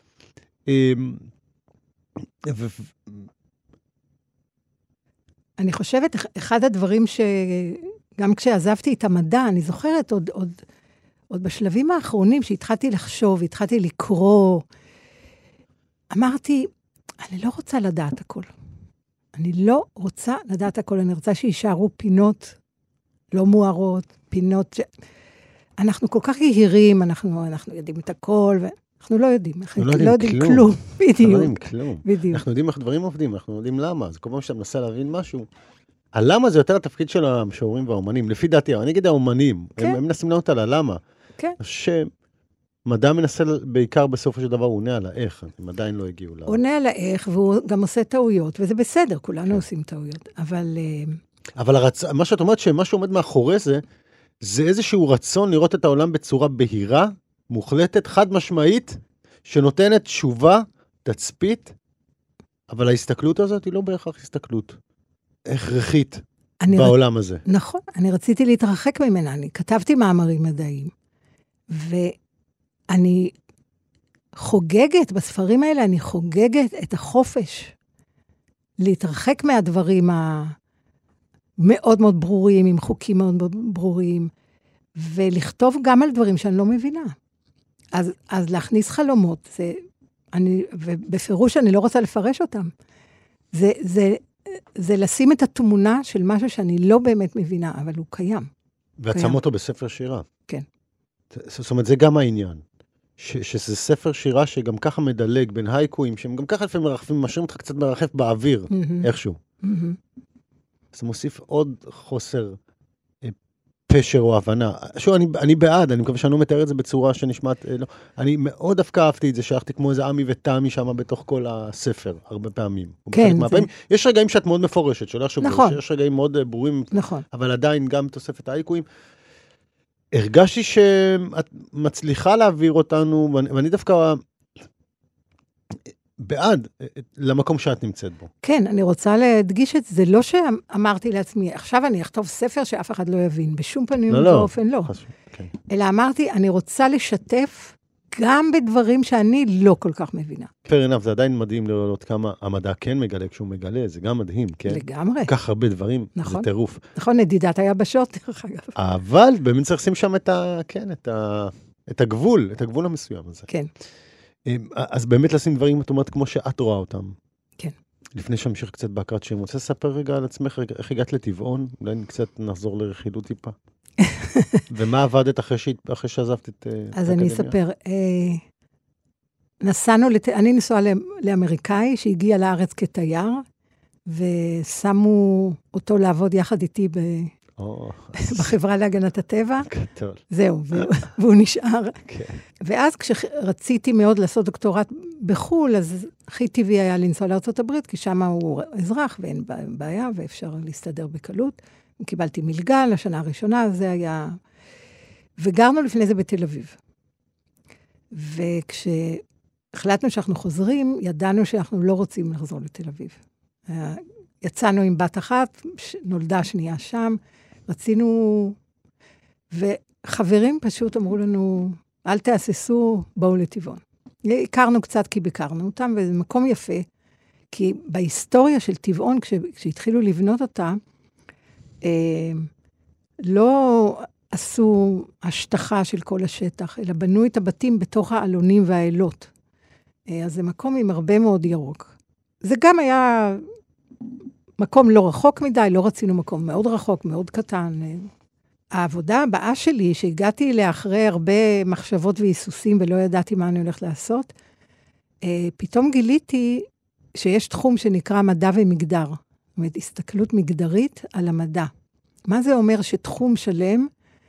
אני חושבת, אחד הדברים שגם כשעזבתי את המדע, אני זוכרת עוד בשלבים האחרונים שהתחלתי לחשוב, התחלתי לקרוא, אמרתי, אני לא רוצה לדעת הכל. אני לא רוצה לדעת הכל, אני רוצה שישארו פינות לא מוארות, פינות אנחנו כל כך יהירים, אנחנו יודעים את הכל, אנחנו לא יודעים. אנחנו לא יודעים כלום. בדיוק. אנחנו יודעים איך דברים עובדים, אנחנו יודעים למה. זה כל פעם שאתה מנסה להבין משהו. הלמה זה יותר התפקיד של המשוררים והאומנים. לפי דעתי, אני אגיד האומנים, הם מנסים לענות על הלמה. כן. שמדע מנסה בעיקר בסופו של דבר, הוא עונה על האיך, הם עדיין לא הגיעו. הוא עונה על האיך, והוא גם עושה טעויות, וזה בסדר, כולנו עושים טעויות. אבל מה שאת אומרת, שמה שעומד מאחורי זה איזשהו רצון לראות את העולם בצורה בהירה, מוחלטת, חד משמעית, שנותנת תשובה, תצפית, אבל ההסתכלות הזאת היא לא בהכרח הסתכלות הכרחית בעולם הזה. נכון, אני רציתי להתרחק ממנה, אני כתבתי מאמרים מדעיים, ואני חוגגת, בספרים האלה אני חוגגת את החופש, להתרחק מהדברים המאוד מאוד ברורים, עם חוקים מאוד מאוד ברורים, ולכתוב גם על דברים שאני לא מבינה. אז להכניס חלומות, ובפירוש אני לא רוצה לפרש אותם. זה לשים את התמונה של משהו שאני לא באמת מבינה, אבל הוא קיים. ואת שם אותו בספר שירה. כן. זאת אומרת, זה גם העניין. שזה ספר שירה שגם ככה מדלג בין הייקויים, שהם גם ככה לפעמים מרחפים, משאירים אותך קצת מרחף באוויר, איכשהו. זה מוסיף עוד חוסר פשר או הבנה. שוב, אני בעד, אני מקווה שאני לא מתאר את זה בצורה שנשמעת, לא. אני מאוד דווקא אהבתי את זה, שהלכתי כמו איזה עמי ותמי שם בתוך כל הספר, הרבה פעמים. כן. יש רגעים שאת מאוד מפורשת, שלא חשוב, נכון. יש רגעים מאוד ברורים, נכון. אבל עדיין גם תוספת האייקויים. הרגשתי שאת מצליחה להעביר אותנו, ואני דווקא בעד למקום שאת נמצאת בו. כן, אני רוצה להדגיש את זה, לא שאמרתי לעצמי, עכשיו אני אכתוב ספר שאף אחד לא יבין, בשום פנים ובאופן לא. כן. אלא אמרתי, אני רוצה לשתף גם בדברים שאני לא כל כך מבינה. fair enough, זה עדיין מדהים לראות כמה המדע כן מגלה כשהוא מגלה, זה גם מדהים, כן? לגמרי. כך הרבה דברים, נכון. זה טירוף. נכון, נדידת היבשות, דרך אגב. אבל באמת צריך לשים שם את הגבול, את הגבול המסוים הזה. כן. אז באמת לשים דברים, את אומרת, כמו שאת רואה אותם. כן. לפני שהמשיך קצת בהקרת שם, רוצה לספר רגע על עצמך, איך הגעת לטבעון? אולי קצת נחזור לרכילות טיפה. ומה עבדת אחרי שעזבת את האקדמיה? אז אני אספר. אני נסועה לאמריקאי שהגיע לארץ כתייר, ושמו אותו לעבוד יחד איתי בחברה להגנת הטבע. גדול. זהו, והוא נשאר. ואז כשרציתי מאוד לעשות דוקטורט בחול, אז הכי טבעי היה לנסוע לארצות הברית, כי שם הוא אזרח ואין בעיה, ואפשר להסתדר בקלות. קיבלתי מלגה לשנה הראשונה, זה היה... וגרנו לפני זה בתל אביב. וכשהחלטנו שאנחנו חוזרים, ידענו שאנחנו לא רוצים לחזור לתל אביב. יצאנו עם בת אחת, נולדה שנייה שם, רצינו... וחברים פשוט אמרו לנו, אל תאססו, בואו לטבעון. הכרנו קצת כי ביקרנו אותם, וזה מקום יפה, כי בהיסטוריה של טבעון, כשהתחילו לבנות אותה, לא עשו השטחה של כל השטח, אלא בנו את הבתים בתוך העלונים והאלות. אז זה מקום עם הרבה מאוד ירוק. זה גם היה מקום לא רחוק מדי, לא רצינו מקום מאוד רחוק, מאוד קטן. העבודה הבאה שלי, שהגעתי אליה אחרי הרבה מחשבות והיסוסים, ולא ידעתי מה אני הולכת לעשות, פתאום גיליתי שיש תחום שנקרא מדע ומגדר. זאת אומרת, הסתכלות מגדרית על המדע. מה זה אומר שתחום שלם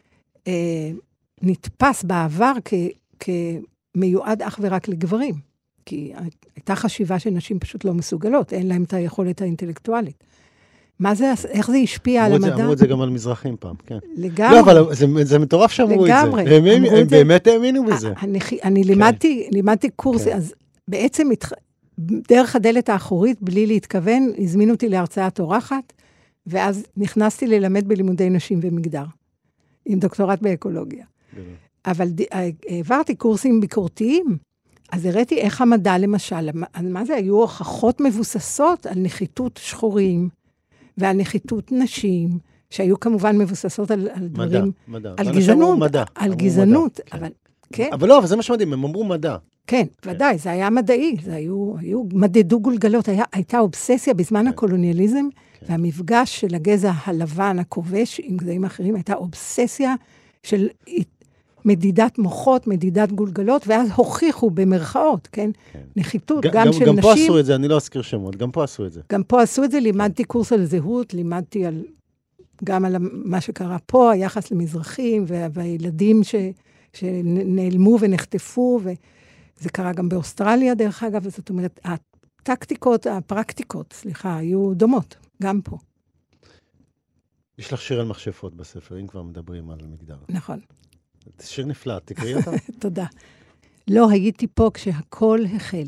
נתפס בעבר כמיועד אך ורק לגברים? כי הייתה חשיבה שנשים פשוט לא מסוגלות, אין להם את היכולת האינטלקטואלית. מה זה, איך זה השפיע על המדע? אמרו את זה גם על מזרחים פעם, כן. לגמרי. לא, אבל זה מטורף שאמרו את זה. הם באמת האמינו בזה. אני לימדתי קורס, אז בעצם דרך הדלת האחורית, בלי להתכוון, הזמינו אותי להרצאת אורחת, ואז נכנסתי ללמד בלימודי נשים ומגדר, עם דוקטורט באקולוגיה. אבל העברתי קורסים ביקורתיים, אז הראיתי איך המדע, למשל, מה זה? היו הוכחות מבוססות על נחיתות שחורים, ועל נחיתות נשים, שהיו כמובן מבוססות על דברים, על גזענות, על גזענות, אבל כן. אבל לא, אבל זה מה שמדהים, הם אמרו מדע. כן, ודאי, זה היה מדעי, זה היו מדדו גולגלות, הייתה אובססיה בזמן הקולוניאליזם, והמפגש של הגזע הלבן הכובש עם גזעים אחרים, הייתה אובססיה של מדידת מוחות, מדידת גולגלות, ואז הוכיחו במרכאות, כן? נחיתות, גם של נשים. גם פה עשו את זה, אני לא אזכיר שמות, גם פה עשו את זה. גם פה עשו את זה, לימדתי קורס על זהות, לימדתי גם על מה שקרה פה, היחס למזרחים, והילדים שנעלמו ונחטפו, וזה קרה גם באוסטרליה, דרך אגב, זאת אומרת, הפרקטיקות, היו דומות, גם פה. יש לך שיר על מכשפות בספר, אם כבר מדברים על מגדר. נכון. זה שיר נפלא, תקראי אותה. תודה. לא הייתי פה כשהכל החל.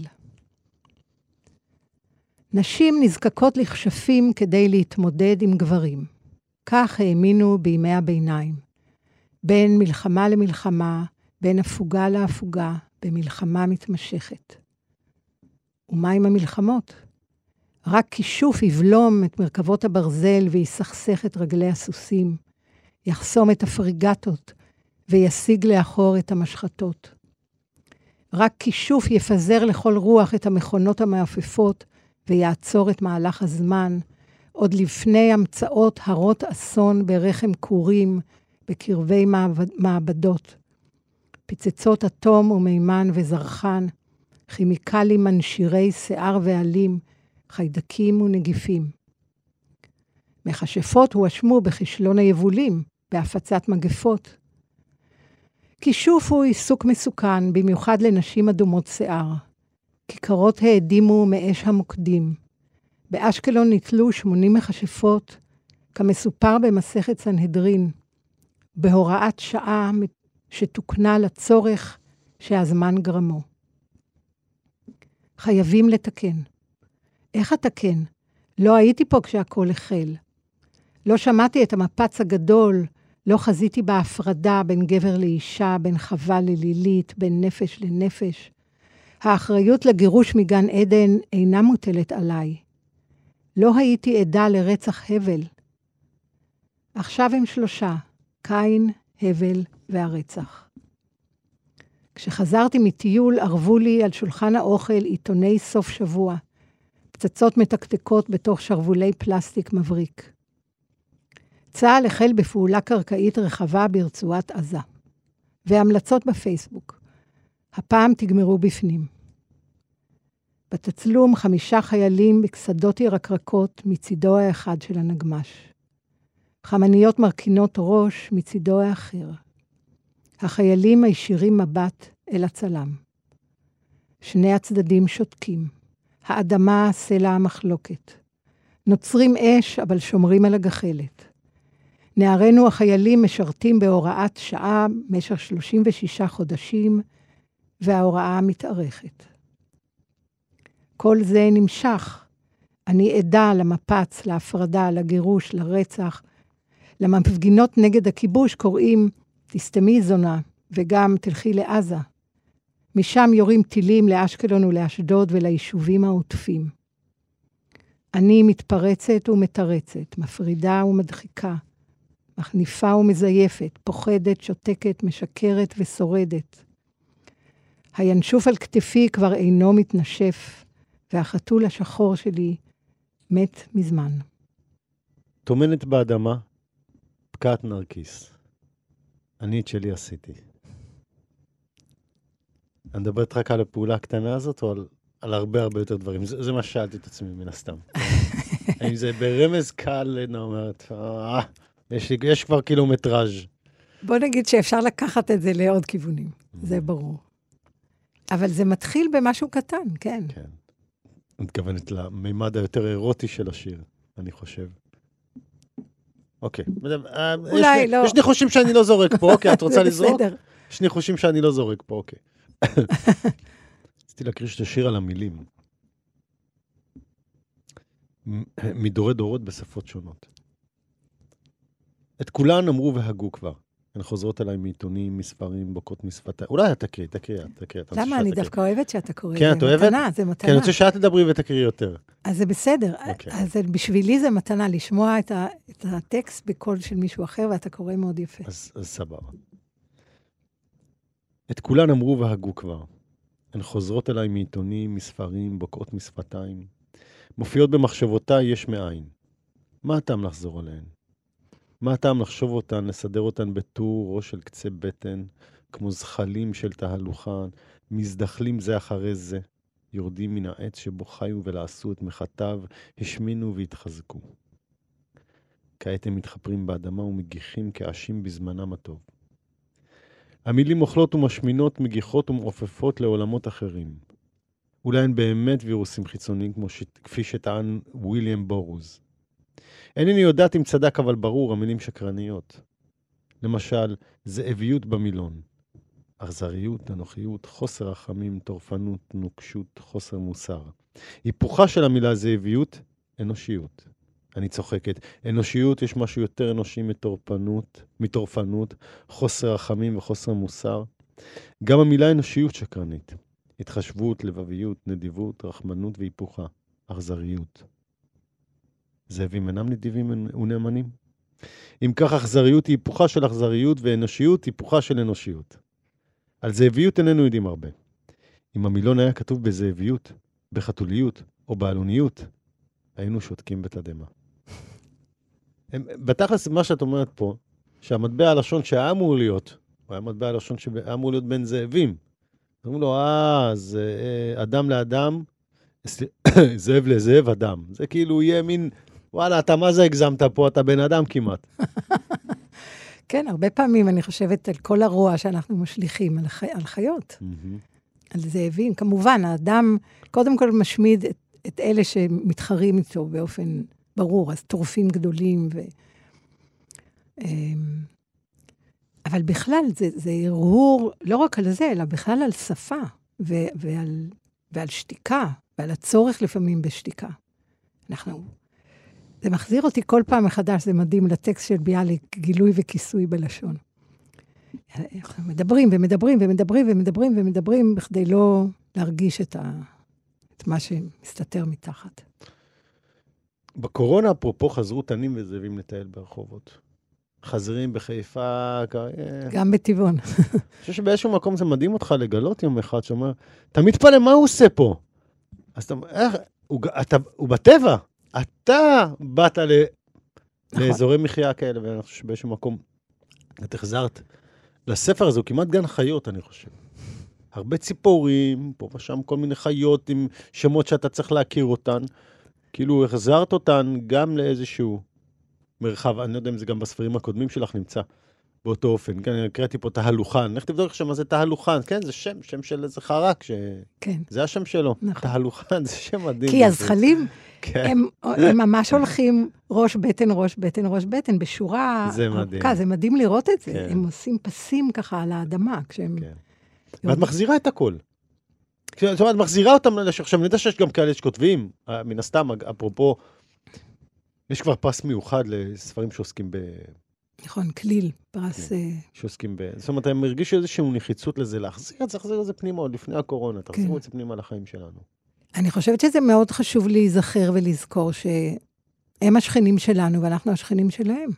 נשים נזקקות לכשפים כדי להתמודד עם גברים. כך האמינו בימי הביניים. בין מלחמה למלחמה, בין הפוגה להפוגה, במלחמה מתמשכת. ומה עם המלחמות? רק כישוף יבלום את מרכבות הברזל ויסכסך את רגלי הסוסים, יחסום את הפריגטות וישיג לאחור את המשחטות. רק כישוף יפזר לכל רוח את המכונות המעפפות ויעצור את מהלך הזמן, עוד לפני המצאות הרות אסון ברחם קורים בקרבי מעבדות. פצצות אטום ומימן וזרחן, כימיקלים מנשירי שיער ועלים, חיידקים ונגיפים. מכשפות הואשמו בכישלון היבולים, בהפצת מגפות. כישוף הוא עיסוק מסוכן, במיוחד לנשים אדומות שיער. כיכרות העדימו מאש המוקדים. באשקלון נתלו 80 מכשפות, כמסופר במסכת סנהדרין, בהוראת שעה שתוקנה לצורך שהזמן גרמו. חייבים לתקן. איך אתקן? לא הייתי פה כשהכל החל. לא שמעתי את המפץ הגדול, לא חזיתי בהפרדה בין גבר לאישה, בין חווה ללילית, בין נפש לנפש. האחריות לגירוש מגן עדן אינה מוטלת עליי. לא הייתי עדה לרצח הבל. עכשיו הם 3, קין, הבל והרצח. כשחזרתי מטיול, ערבו לי על שולחן האוכל עיתוני סוף שבוע, פצצות מתקתקות בתוך שרוולי פלסטיק מבריק. צה"ל החל בפעולה קרקעית רחבה ברצועת עזה, והמלצות בפייסבוק. הפעם תגמרו בפנים. בתצלום 5 חיילים בקסדות ירקרקות מצידו האחד של הנגמש. חמניות מרכינות ראש מצידו האחר. החיילים הישירים מבט אל הצלם. שני הצדדים שותקים. האדמה סלע המחלוקת. נוצרים אש, אבל שומרים על הגחלת. נערינו החיילים משרתים בהוראת שעה במשך 36 חודשים, וההוראה מתארכת. כל זה נמשך. אני עדה למפץ, להפרדה, לגירוש, לרצח. למפגינות נגד הכיבוש קוראים, תסתמי זונה, וגם תלכי לעזה. משם יורים טילים לאשקלון ולאשדוד וליישובים העוטפים. אני מתפרצת ומתרצת, מפרידה ומדחיקה, מחניפה ומזייפת, פוחדת, שותקת, משקרת ושורדת. הינשוף על כתפי כבר אינו מתנשף, והחתול השחור שלי מת מזמן. תומנת באדמה, פקעת נרקיס. אני את שלי עשיתי. אני מדברת רק על הפעולה הקטנה הזאת, או על הרבה הרבה יותר דברים? זה מה שאלתי את עצמי מן הסתם. האם זה ברמז קל, אומרת, יש כבר קילומטראז'. בוא נגיד שאפשר לקחת את זה לעוד כיוונים, זה ברור. אבל זה מתחיל במשהו קטן, כן. כן. אני מתכוונת למימד היותר אירוטי של השיר, אני חושב. אוקיי. אולי לא. יש ניחושים שאני לא זורק פה, אוקיי, את רוצה לזרוק? בסדר. יש ניחושים שאני לא זורק פה, אוקיי. רציתי להקריא את השיר על המילים. מדורי דורות בשפות שונות. את כולן אמרו והגו כבר. הן חוזרות אליי מעיתונים, מספרים, בוקות משפתיים. אולי את תקריא. למה? אני דווקא אוהבת שאתה קורא. כן, את אוהבת? זה מתנה. כן, אני רוצה שאת תדברי ותקריא יותר. אז זה בסדר. אז בשבילי זה מתנה, לשמוע את הטקסט בקול של מישהו אחר, ואתה קורא מאוד יפה. אז סבבה. את כולן אמרו והגו כבר. הן חוזרות אליי מעיתונים, מספרים, בוקות משפתיים. מופיעות במחשבותיי יש מאין. מה הטעם לחזור עליהן? מה הטעם לחשוב אותן, לסדר אותן בטור ראש של קצה בטן, כמו זחלים של תהלוכה, מזדחלים זה אחרי זה, יורדים מן העץ שבו חיו ולעשו את מחתיו, השמינו והתחזקו. כעת הם מתחפרים באדמה ומגיחים כאשים בזמנם הטוב. המילים אוכלות ומשמינות, מגיחות ומעופפות לעולמות אחרים. אולי הן באמת וירוסים חיצוניים, כפי שטען וויליאם בורוז. אינני יודעת אם צדק, אבל ברור, המילים שקרניות. למשל, זאביות במילון. אכזריות, אנוכיות, חוסר רחמים, טורפנות, נוקשות, חוסר מוסר. היפוכה של המילה זאביות, אנושיות. אני צוחקת. אנושיות, יש משהו יותר אנושי מטורפנות, חוסר רחמים וחוסר מוסר. גם המילה אנושיות שקרנית. התחשבות, לבביות, נדיבות, רחמנות והיפוכה. אכזריות. זאבים אינם נדיבים ונאמנים? אם כך, אכזריות היא היפוכה של אכזריות, ואנושיות היא היפוכה של אנושיות. על זאביות איננו יודעים הרבה. אם המילון היה כתוב בזאביות, בחתוליות או בעלוניות, היינו שותקים בתדמה. בתכלס, מה שאת אומרת פה, שהמטבע הלשון שהיה אמור להיות, הוא היה מטבע הלשון שהיה אמור להיות בין זאבים. אומרים לו, אז אדם לאדם, זאב לזאב, אדם. זה כאילו יהיה מין, וואלה, אתה מה זה הגזמת פה? אתה בן אדם כמעט. כן, הרבה פעמים אני חושבת על כל הרוע שאנחנו משליכים על חיות, על זאבים. כמובן, האדם קודם כל משמיד את אלה שמתחרים איתו באופן ברור, אז טורפים גדולים. אבל בכלל, זה הרהור לא רק על זה, אלא בכלל על שפה, ועל שתיקה, ועל הצורך לפעמים בשתיקה. זה מחזיר אותי כל פעם מחדש, זה מדהים לטקסט של ביאליק, גילוי וכיסוי בלשון. אנחנו מדברים ומדברים ומדברים ומדברים ומדברים, בכדי לא להרגיש את מה שמסתתר מתחת. בקורונה, אפרופו, חזרו תנים וזאבים לטייל ברחובות. חזרים בחיפה, גם בטבעון. אני חושב שבאיזשהו מקום זה מדהים אותך לגלות יום אחד, שאומר, אתה מתפלא, מה הוא עושה פה? אז הוא בטבע. אתה באת לאזורי מחיה כאלה, ואני חושב שבאיזשהו מקום, את החזרת לספר הזה, הוא כמעט גן חיות, אני חושב. הרבה ציפורים, פה ושם כל מיני חיות עם שמות שאתה צריך להכיר אותן. כאילו, החזרת אותן גם לאיזשהו מרחב, אני לא יודע אם זה גם בספרים הקודמים שלך נמצא באותו אופן. כן, אני קראתי פה תהלוכן. איך תבדוק שם מה זה תהלוכן? כן, זה שם של איזה חרק, כן. זה השם שלו. נכון. תהלוכן, זה שם מדהים. כי הזחלים, הם ממש הולכים ראש בטן, ראש בטן, ראש בטן, בשורה ארוכה. זה מדהים לראות את זה. הם עושים פסים ככה על האדמה, כשהם... ואת מחזירה את הכל. זאת אומרת, מחזירה אותם, עכשיו, אני יודע שיש גם כאלה שכותבים, מן הסתם, אפרופו, יש כבר פרס מיוחד לספרים שעוסקים נכון, כליל, פרס... שעוסקים זאת אומרת, הם הרגישו איזושהי נחיצות לזה, להחזיר את זה פנימה עוד לפני הקורונה, תחזירו את זה פנימה לחיים שלנו. אני חושבת שזה מאוד חשוב להיזכר ולזכור שהם השכנים שלנו, ואנחנו השכנים שלהם.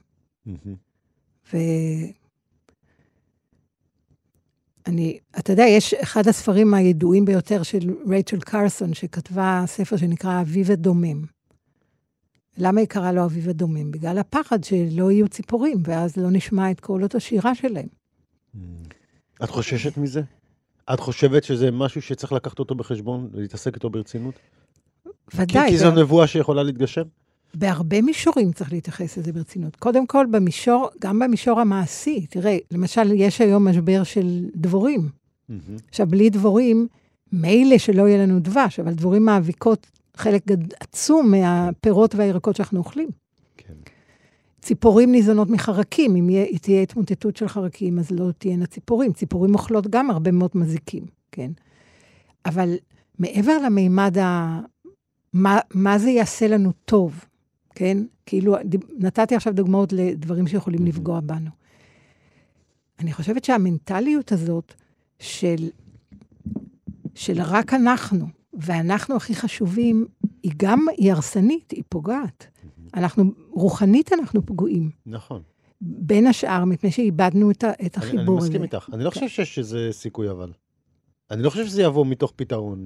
אתה יודע, יש אחד הספרים הידועים ביותר של רייצ'ל קרסון, שכתבה ספר שנקרא אביב הדומם. למה היא קראה לו אביב הדומם? בגלל הפחד שלא יהיו ציפורים, ואז לא נשמע את קולות השירה שלהם. את חוששת מזה? את חושבת שזה משהו שצריך לקחת אותו בחשבון, להתעסק איתו ברצינות? ודאי. כי זו נבואה שיכולה להתגשם? בהרבה מישורים צריך להתייחס לזה ברצינות. קודם כל, גם במישור המעשי. תראה, למשל, יש היום משבר של דבורים. עכשיו, בלי דבורים, מילא שלא יהיה לנו דבש, אבל דבורים מאביקות חלק עצום מהפירות והירקות שאנחנו אוכלים. כן. ציפורים ניזונות מחרקים. אם תהיה התמוטטות של חרקים, אז לא תהיינה ציפורים. ציפורים אוכלות גם הרבה מאוד מזיקים, כן? אבל מעבר למימד מה זה יעשה לנו טוב, כן? כאילו, נתתי עכשיו דוגמאות לדברים שיכולים לפגוע בנו. אני חושבת שהמנטליות הזאת של רק אנחנו, ואנחנו הכי חשובים, היא הרסנית, היא פוגעת. רוחנית אנחנו פגועים. נכון. בין השאר, מפני שאיבדנו את החיבור הזה. אני מסכים איתך. אני לא חושב שזה סיכוי, אבל. אני לא חושב שזה יבוא מתוך פתרון.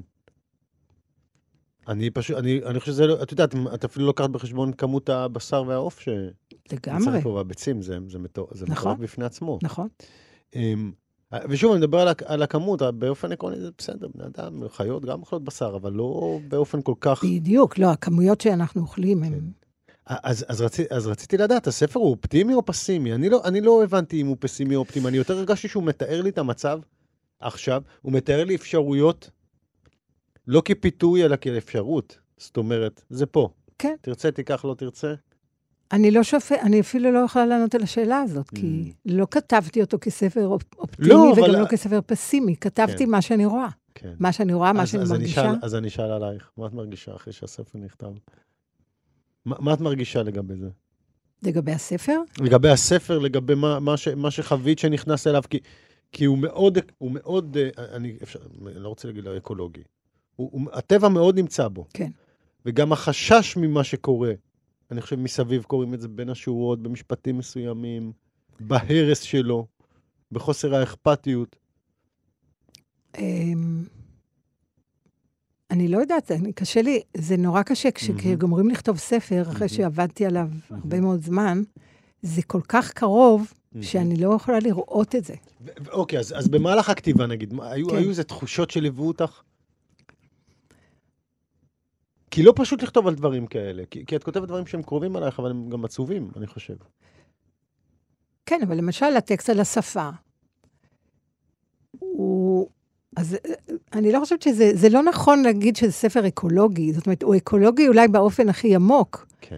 אני חושב שזה, את יודעת, את אפילו לוקחת בחשבון כמות הבשר והעוף לגמרי. והביצים, זה מטורף בפני עצמו. נכון. ושוב, אני מדבר על הכמות, באופן עקרוני זה בסדר, בני אדם, חיות גם אוכלות בשר, אבל לא באופן כל כך... בדיוק, לא, הכמויות שאנחנו אוכלים הם... אז רציתי לדעת, הספר הוא אופטימי או פסימי? אני לא הבנתי אם הוא פסימי או אופטימי, אני יותר הרגשתי שהוא מתאר לי את המצב עכשיו, הוא מתאר לי אפשרויות, לא כפיתוי, אלא כאפשרות. זאת אומרת, זה פה. כן. תרצה, תיקח, לא תרצה. אני אפילו לא יכולה לענות על השאלה הזאת, כי לא כתבתי אותו כספר אופטימי, וגם לא כספר פסימי. כתבתי מה שאני רואה. מה שאני רואה, מה שאני מרגישה. אז אני אשאל עלייך, מה את מרגישה אחרי שהספר נכתב? מה את מרגישה לגבי זה? לגבי הספר? לגבי הספר, לגבי מה שחווית שנכנס אליו, כי הוא מאוד, אני לא רוצה להגיד לו אקולוגי. הטבע מאוד נמצא בו. כן. וגם החשש ממה שקורה, אני חושב מסביב קוראים את זה בין השורות, במשפטים מסוימים, בהרס שלו, בחוסר האכפתיות. אני לא יודעת, קשה לי, זה נורא קשה כשגומרים לכתוב ספר, אחרי שעבדתי עליו הרבה מאוד זמן, זה כל כך קרוב, שאני לא יכולה לראות את זה. אוקיי, אז במהלך הכתיבה נגיד, היו איזה תחושות שליוו אותך? כי לא פשוט לכתוב על דברים כאלה, כי את כותבת דברים שהם קרובים עלייך, אבל הם גם עצובים, אני חושב. כן, אבל למשל, הטקסט על השפה, אז אני לא חושבת זה לא נכון להגיד שזה ספר אקולוגי, זאת אומרת, הוא אקולוגי אולי באופן הכי עמוק. כן.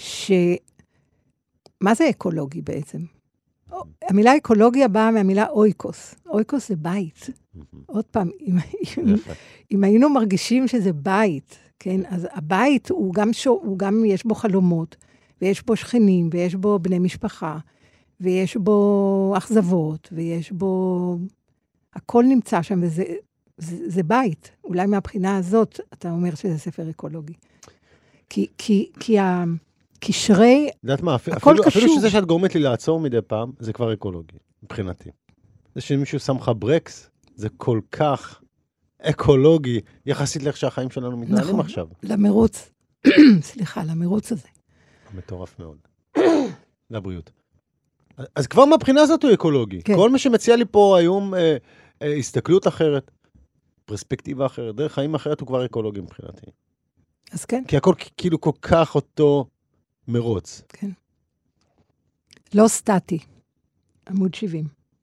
מה זה אקולוגי בעצם? המילה אקולוגיה באה מהמילה אויקוס. אויקוס זה בית. עוד פעם, אם היינו מרגישים שזה בית, כן, אז הבית הוא גם יש בו חלומות, ויש בו שכנים, ויש בו בני משפחה, ויש בו אכזבות, ויש בו... הכל נמצא שם, וזה בית. אולי מהבחינה הזאת, אתה אומר שזה ספר אקולוגי. כי הקשרי... יודעת מה, אפילו שזה שאת גורמת לי לעצור מדי פעם, זה כבר אקולוגי, מבחינתי. זה שמישהו שם לך ברקס, זה כל כך אקולוגי, יחסית לאיך שהחיים שלנו מתנהלים עכשיו. נכון, למרוץ. סליחה, למרוץ הזה. מטורף מאוד. לבריאות. אז כבר מהבחינה הזאת הוא אקולוגי. כן. כל מה שמציע לי פה היום הסתכלות אחרת, פרספקטיבה אחרת, דרך חיים אחרת הוא כבר אקולוגי מבחינתי. אז כן. כי הכל כאילו כל כך אותו מרוץ. כן. לא סטטי. עמוד 70.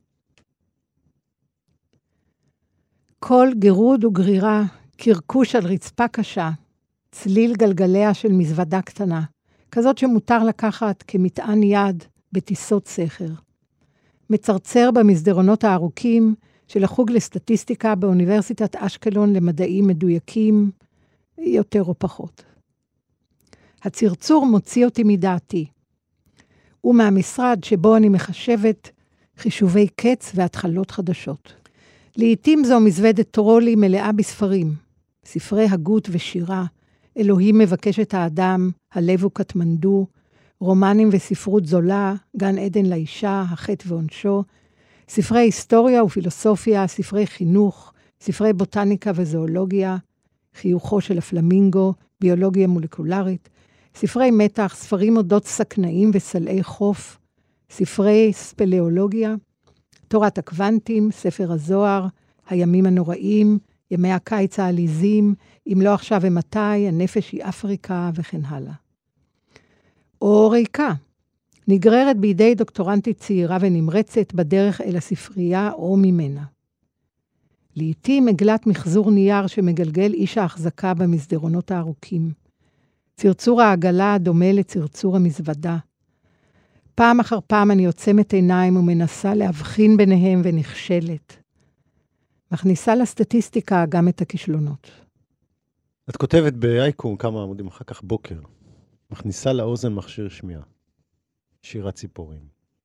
כל גירוד וגרירה, קרקוש על רצפה קשה, צליל גלגליה של מזוודה קטנה, כזאת שמותר לקחת כמטען יד בטיסות סכר. מצרצר במסדרונות הארוכים של החוג לסטטיסטיקה באוניברסיטת אשקלון למדעים מדויקים, יותר או פחות. הצרצור מוציא אותי מדעתי, ומהמשרד שבו אני מחשבת חישובי קץ והתחלות חדשות. לעתים זו מזוודת טרולי מלאה בספרים, ספרי הגות ושירה, אלוהים מבקש את האדם, הלב הוא קטמנדו, רומנים וספרות זולה, גן עדן לאישה, החטא ועונשו, ספרי היסטוריה ופילוסופיה, ספרי חינוך, ספרי בוטניקה וזואולוגיה, חיוכו של הפלמינגו, ביולוגיה מולקולרית, ספרי מתח, ספרים אודות סכנאים וסלעי חוף, ספרי ספלאולוגיה, תורת הקוונטים, ספר הזוהר, הימים הנוראים, ימי הקיץ העליזים, אם לא עכשיו ומתי, הנפש היא אפריקה וכן הלאה. או ריקה, נגררת בידי דוקטורנטית צעירה ונמרצת בדרך אל הספרייה או ממנה. לעתים מגלת מחזור נייר שמגלגל איש ההחזקה במסדרונות הארוכים. צרצור העגלה דומה לצרצור המזוודה. פעם אחר פעם אני עוצמת עיניים ומנסה להבחין ביניהם ונכשלת. מכניסה לסטטיסטיקה גם את הכישלונות. את כותבת באייקון כמה עמודים אחר כך בוקר. מכניסה לאוזן מכשיר שמיעה. שירת ציפורים.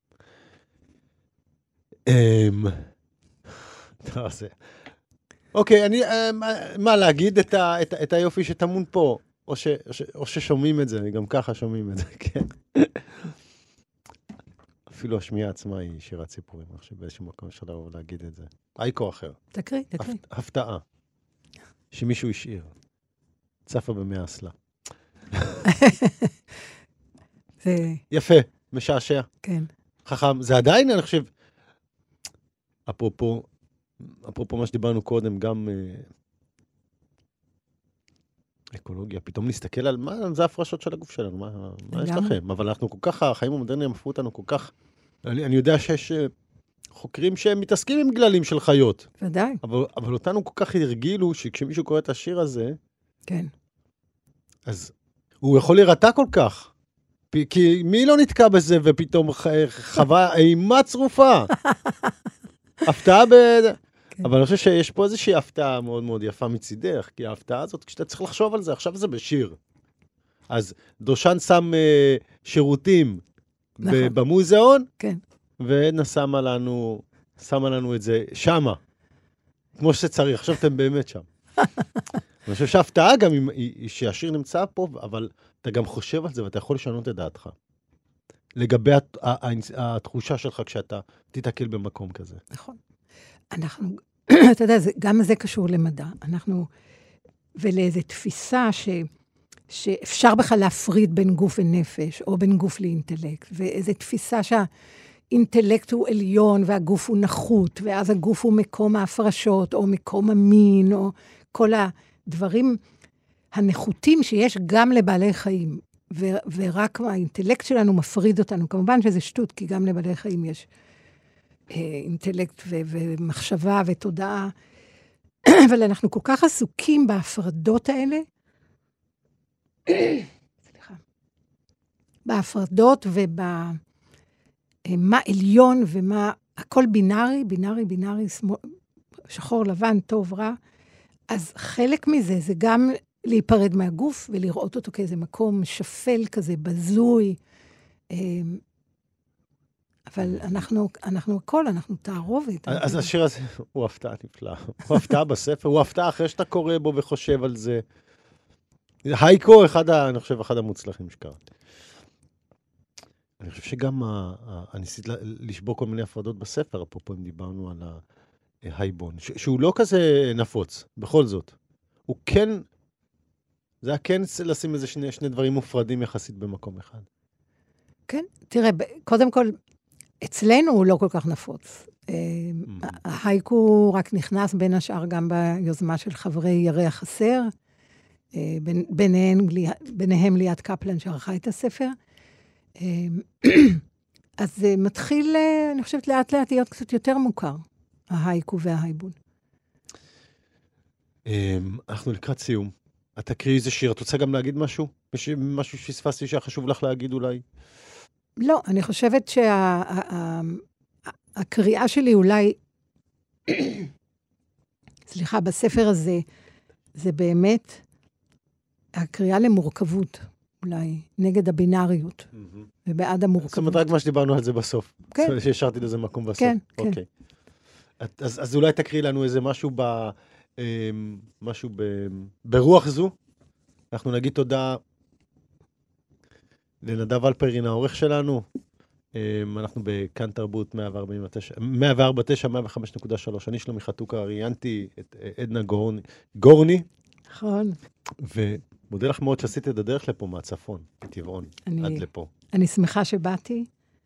אוקיי, מה להגיד את היופי שטמון פה? או ששומעים את זה, גם ככה שומעים את זה, כן. אפילו השמיעה עצמה היא שירת ציפורים, אני חושב באיזשהו מקום אפשר להגיד את זה. אייקו אחר. תקריא. הפתעה. שמישהו השאיר. צפה במי האסלה. יפה, משעשע. כן. חכם. זה עדיין, אני חושב, אפרופו מה שדיברנו קודם, גם אקולוגיה, פתאום להסתכל על מה זה ההפרשות של הגוף שלנו, מה יש לכם? אבל אנחנו כל כך, החיים המודרניים הפכו אותנו כל כך, אני יודע שיש חוקרים שהם מתעסקים עם גללים של חיות. ודאי. אבל אותנו כל כך הרגילו שכשמישהו קורא את השיר הזה, כן. אז הוא יכול להירתע כל כך. כי מי לא נתקע בזה ופתאום חווה אימה צרופה? הפתעה אבל אני חושב שיש פה איזושהי הפתעה מאוד מאוד יפה מצידך, כי ההפתעה הזאת, כשאתה צריך לחשוב על זה, עכשיו זה בשיר. אז דושן שם שירותים במוזיאון, כן. ועדנה שמה לנו את זה שמה, כמו שצריך. עכשיו אתם באמת שם. אני חושב שההפתעה גם היא שהשיר נמצא פה, אבל אתה גם חושב על זה, ואתה יכול לשנות את דעתך. לגבי התחושה שלך כשאתה תתעכל במקום כזה. נכון. אנחנו, אתה יודע, גם זה קשור למדע. ולאיזו תפיסה שאפשר בכלל להפריד בין גוף ונפש, או בין גוף לאינטלקט, ואיזו תפיסה שהאינטלקט הוא עליון, והגוף הוא נחות, ואז הגוף הוא מקום ההפרשות, או מקום המין, או כל הדברים הנחותים שיש גם לבעלי חיים, ורק האינטלקט שלנו מפריד אותנו. כמובן שזה שטות, כי גם לבעלי חיים יש אינטלקט ומחשבה ותודעה, אבל אנחנו כל כך עסוקים בהפרדות האלה, סליחה, בהפרדות ובמה עליון ומה, הכל בינארי, שחור לבן, טוב, רע, אז חלק מזה זה גם להיפרד מהגוף ולראות אותו כאיזה מקום שפל כזה, בזוי, אבל אנחנו תערובת. אז השיר הזה הוא הפתעה נפלאה. הוא הפתעה בספר, הוא הפתעה אחרי שאתה קורא בו וחושב על זה. הייקו, אני חושב, אחד המוצלחים שקראתי. אני חושב שגם ניסית לשבור כל מיני הפרדות בספר, אפרופו אם דיברנו על ההייבון, שהוא לא כזה נפוץ, בכל זאת. הוא כן, זה היה כן לשים איזה שני דברים מופרדים יחסית במקום אחד. כן, תראה, קודם כל, אצלנו הוא לא כל כך נפוץ. ההייקו רק נכנס בין השאר גם ביוזמה של חברי ירח חסר, ביניהם ליאת קפלן שערכה את הספר. אז זה מתחיל, אני חושבת, לאט לאט להיות קצת יותר מוכר, ההייקו וההייבון. אנחנו לקראת סיום. את תקריאי איזה שיר, את רוצה גם להגיד משהו? משהו שפספסתי שחשוב לך להגיד אולי? לא, אני חושבת שהקריאה שלי אולי, סליחה, בספר הזה, זה באמת הקריאה למורכבות, אולי, נגד הבינאריות, ובעד המורכבות. זאת אומרת, רק מה שדיברנו על זה בסוף. כן. שהשארתי לזה מקום בסוף. כן, כן. אז אולי תקריא לנו איזה משהו משהו ברוח זו. אנחנו נגיד תודה לנדב אלפרין, העורך שלנו. אנחנו בכאן תרבות 104.9, 105.3. אני שלומי חתוקה, ראיינתי את עדנה גורני. נכון. ומודה לך מאוד שעשית את הדרך לפה מהצפון, מטבעון, עד לפה. אני שמחה שבאתי.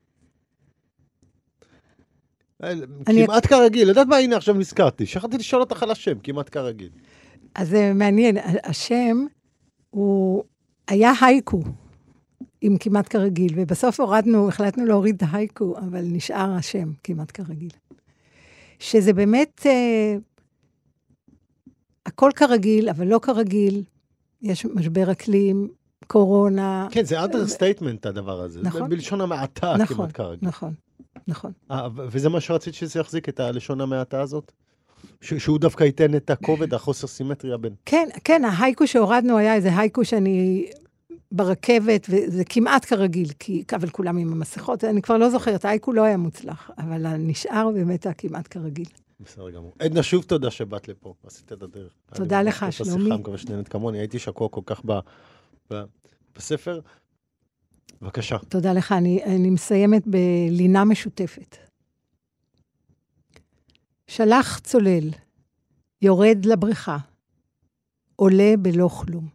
כמעט כרגיל, לדעת מה, הנה עכשיו נזכרתי. שכחתי לשאול אותך על השם, כמעט כרגיל. אז זה מעניין, השם הוא היה הייקו, עם כמעט כרגיל, ובסוף החלטנו להוריד את ההייקו, אבל נשאר השם כמעט כרגיל. שזה באמת הכל כרגיל, אבל לא כרגיל. יש משבר אקלים, קורונה. כן, זה understatement הדבר הזה. נכון. בלשון המעטה כמעט כרגיל. נכון. וזה מה שרצית שזה יחזיק את הלשון המעטה הזאת? שהוא דווקא ייתן את הכובד, החוסר סימטריה בין... כן, ההייקו שהורדנו היה איזה הייקו שאני ברכבת, וזה כמעט כרגיל, אבל כולם עם המסכות, אני כבר לא זוכרת, ההייקו לא היה מוצלח, אבל נשאר באמת כמעט כרגיל. בסדר גמור. עדנה, שוב תודה שבאת לפה, עשית את הדרך. תודה לך, שלומי. אני מקווה שנהנית כמוני, הייתי שקוע כל כך בספר. בבקשה. תודה לך, אני מסיימת בלינה משותפת. שלח צולל, יורד לבריכה, עולה בלא כלום.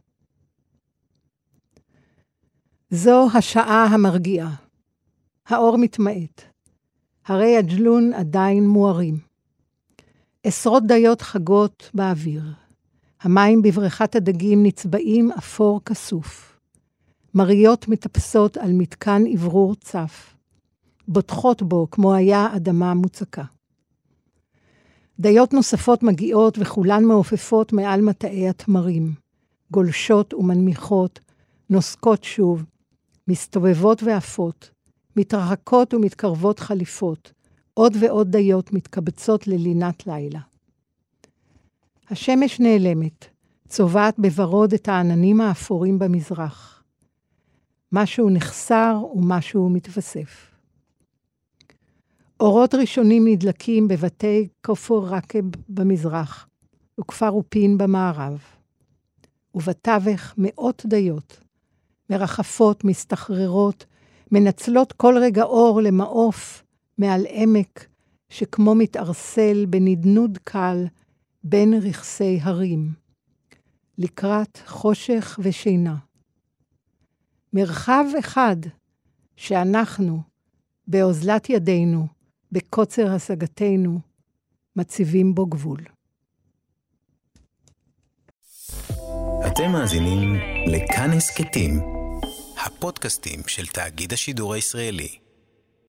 זו השעה המרגיעה. האור מתמעט. הרי הג'לון עדיין מוארים. עשרות דיות חגות באוויר. המים בבריכת הדגים נצבעים אפור כסוף. מריות מטפסות על מתקן עברור צף. בוטחות בו כמו היה אדמה מוצקה. דיות נוספות מגיעות וכולן מעופפות מעל מטעי התמרים. גולשות ומנמיכות, נוסקות שוב, מסתובבות ועפות, מתרחקות ומתקרבות חליפות, עוד ועוד דיות מתקבצות ללינת לילה. השמש נעלמת, צובעת בוורוד את העננים האפורים במזרח. משהו נחסר ומשהו מתווסף. אורות ראשונים נדלקים בבתי כפר רקב במזרח, וכפר אופין במערב. ובתווך מאות דיות, מרחפות, מסתחררות, מנצלות כל רגע אור למעוף מעל עמק שכמו מתארסל בנדנוד קל בין רכסי הרים, לקראת חושך ושינה. מרחב אחד שאנחנו, באוזלת ידינו, בקוצר השגתנו, מציבים בו גבול. אתם מאזינים לכאן הסכתים, הפודקאסטים של תאגיד השידור הישראלי.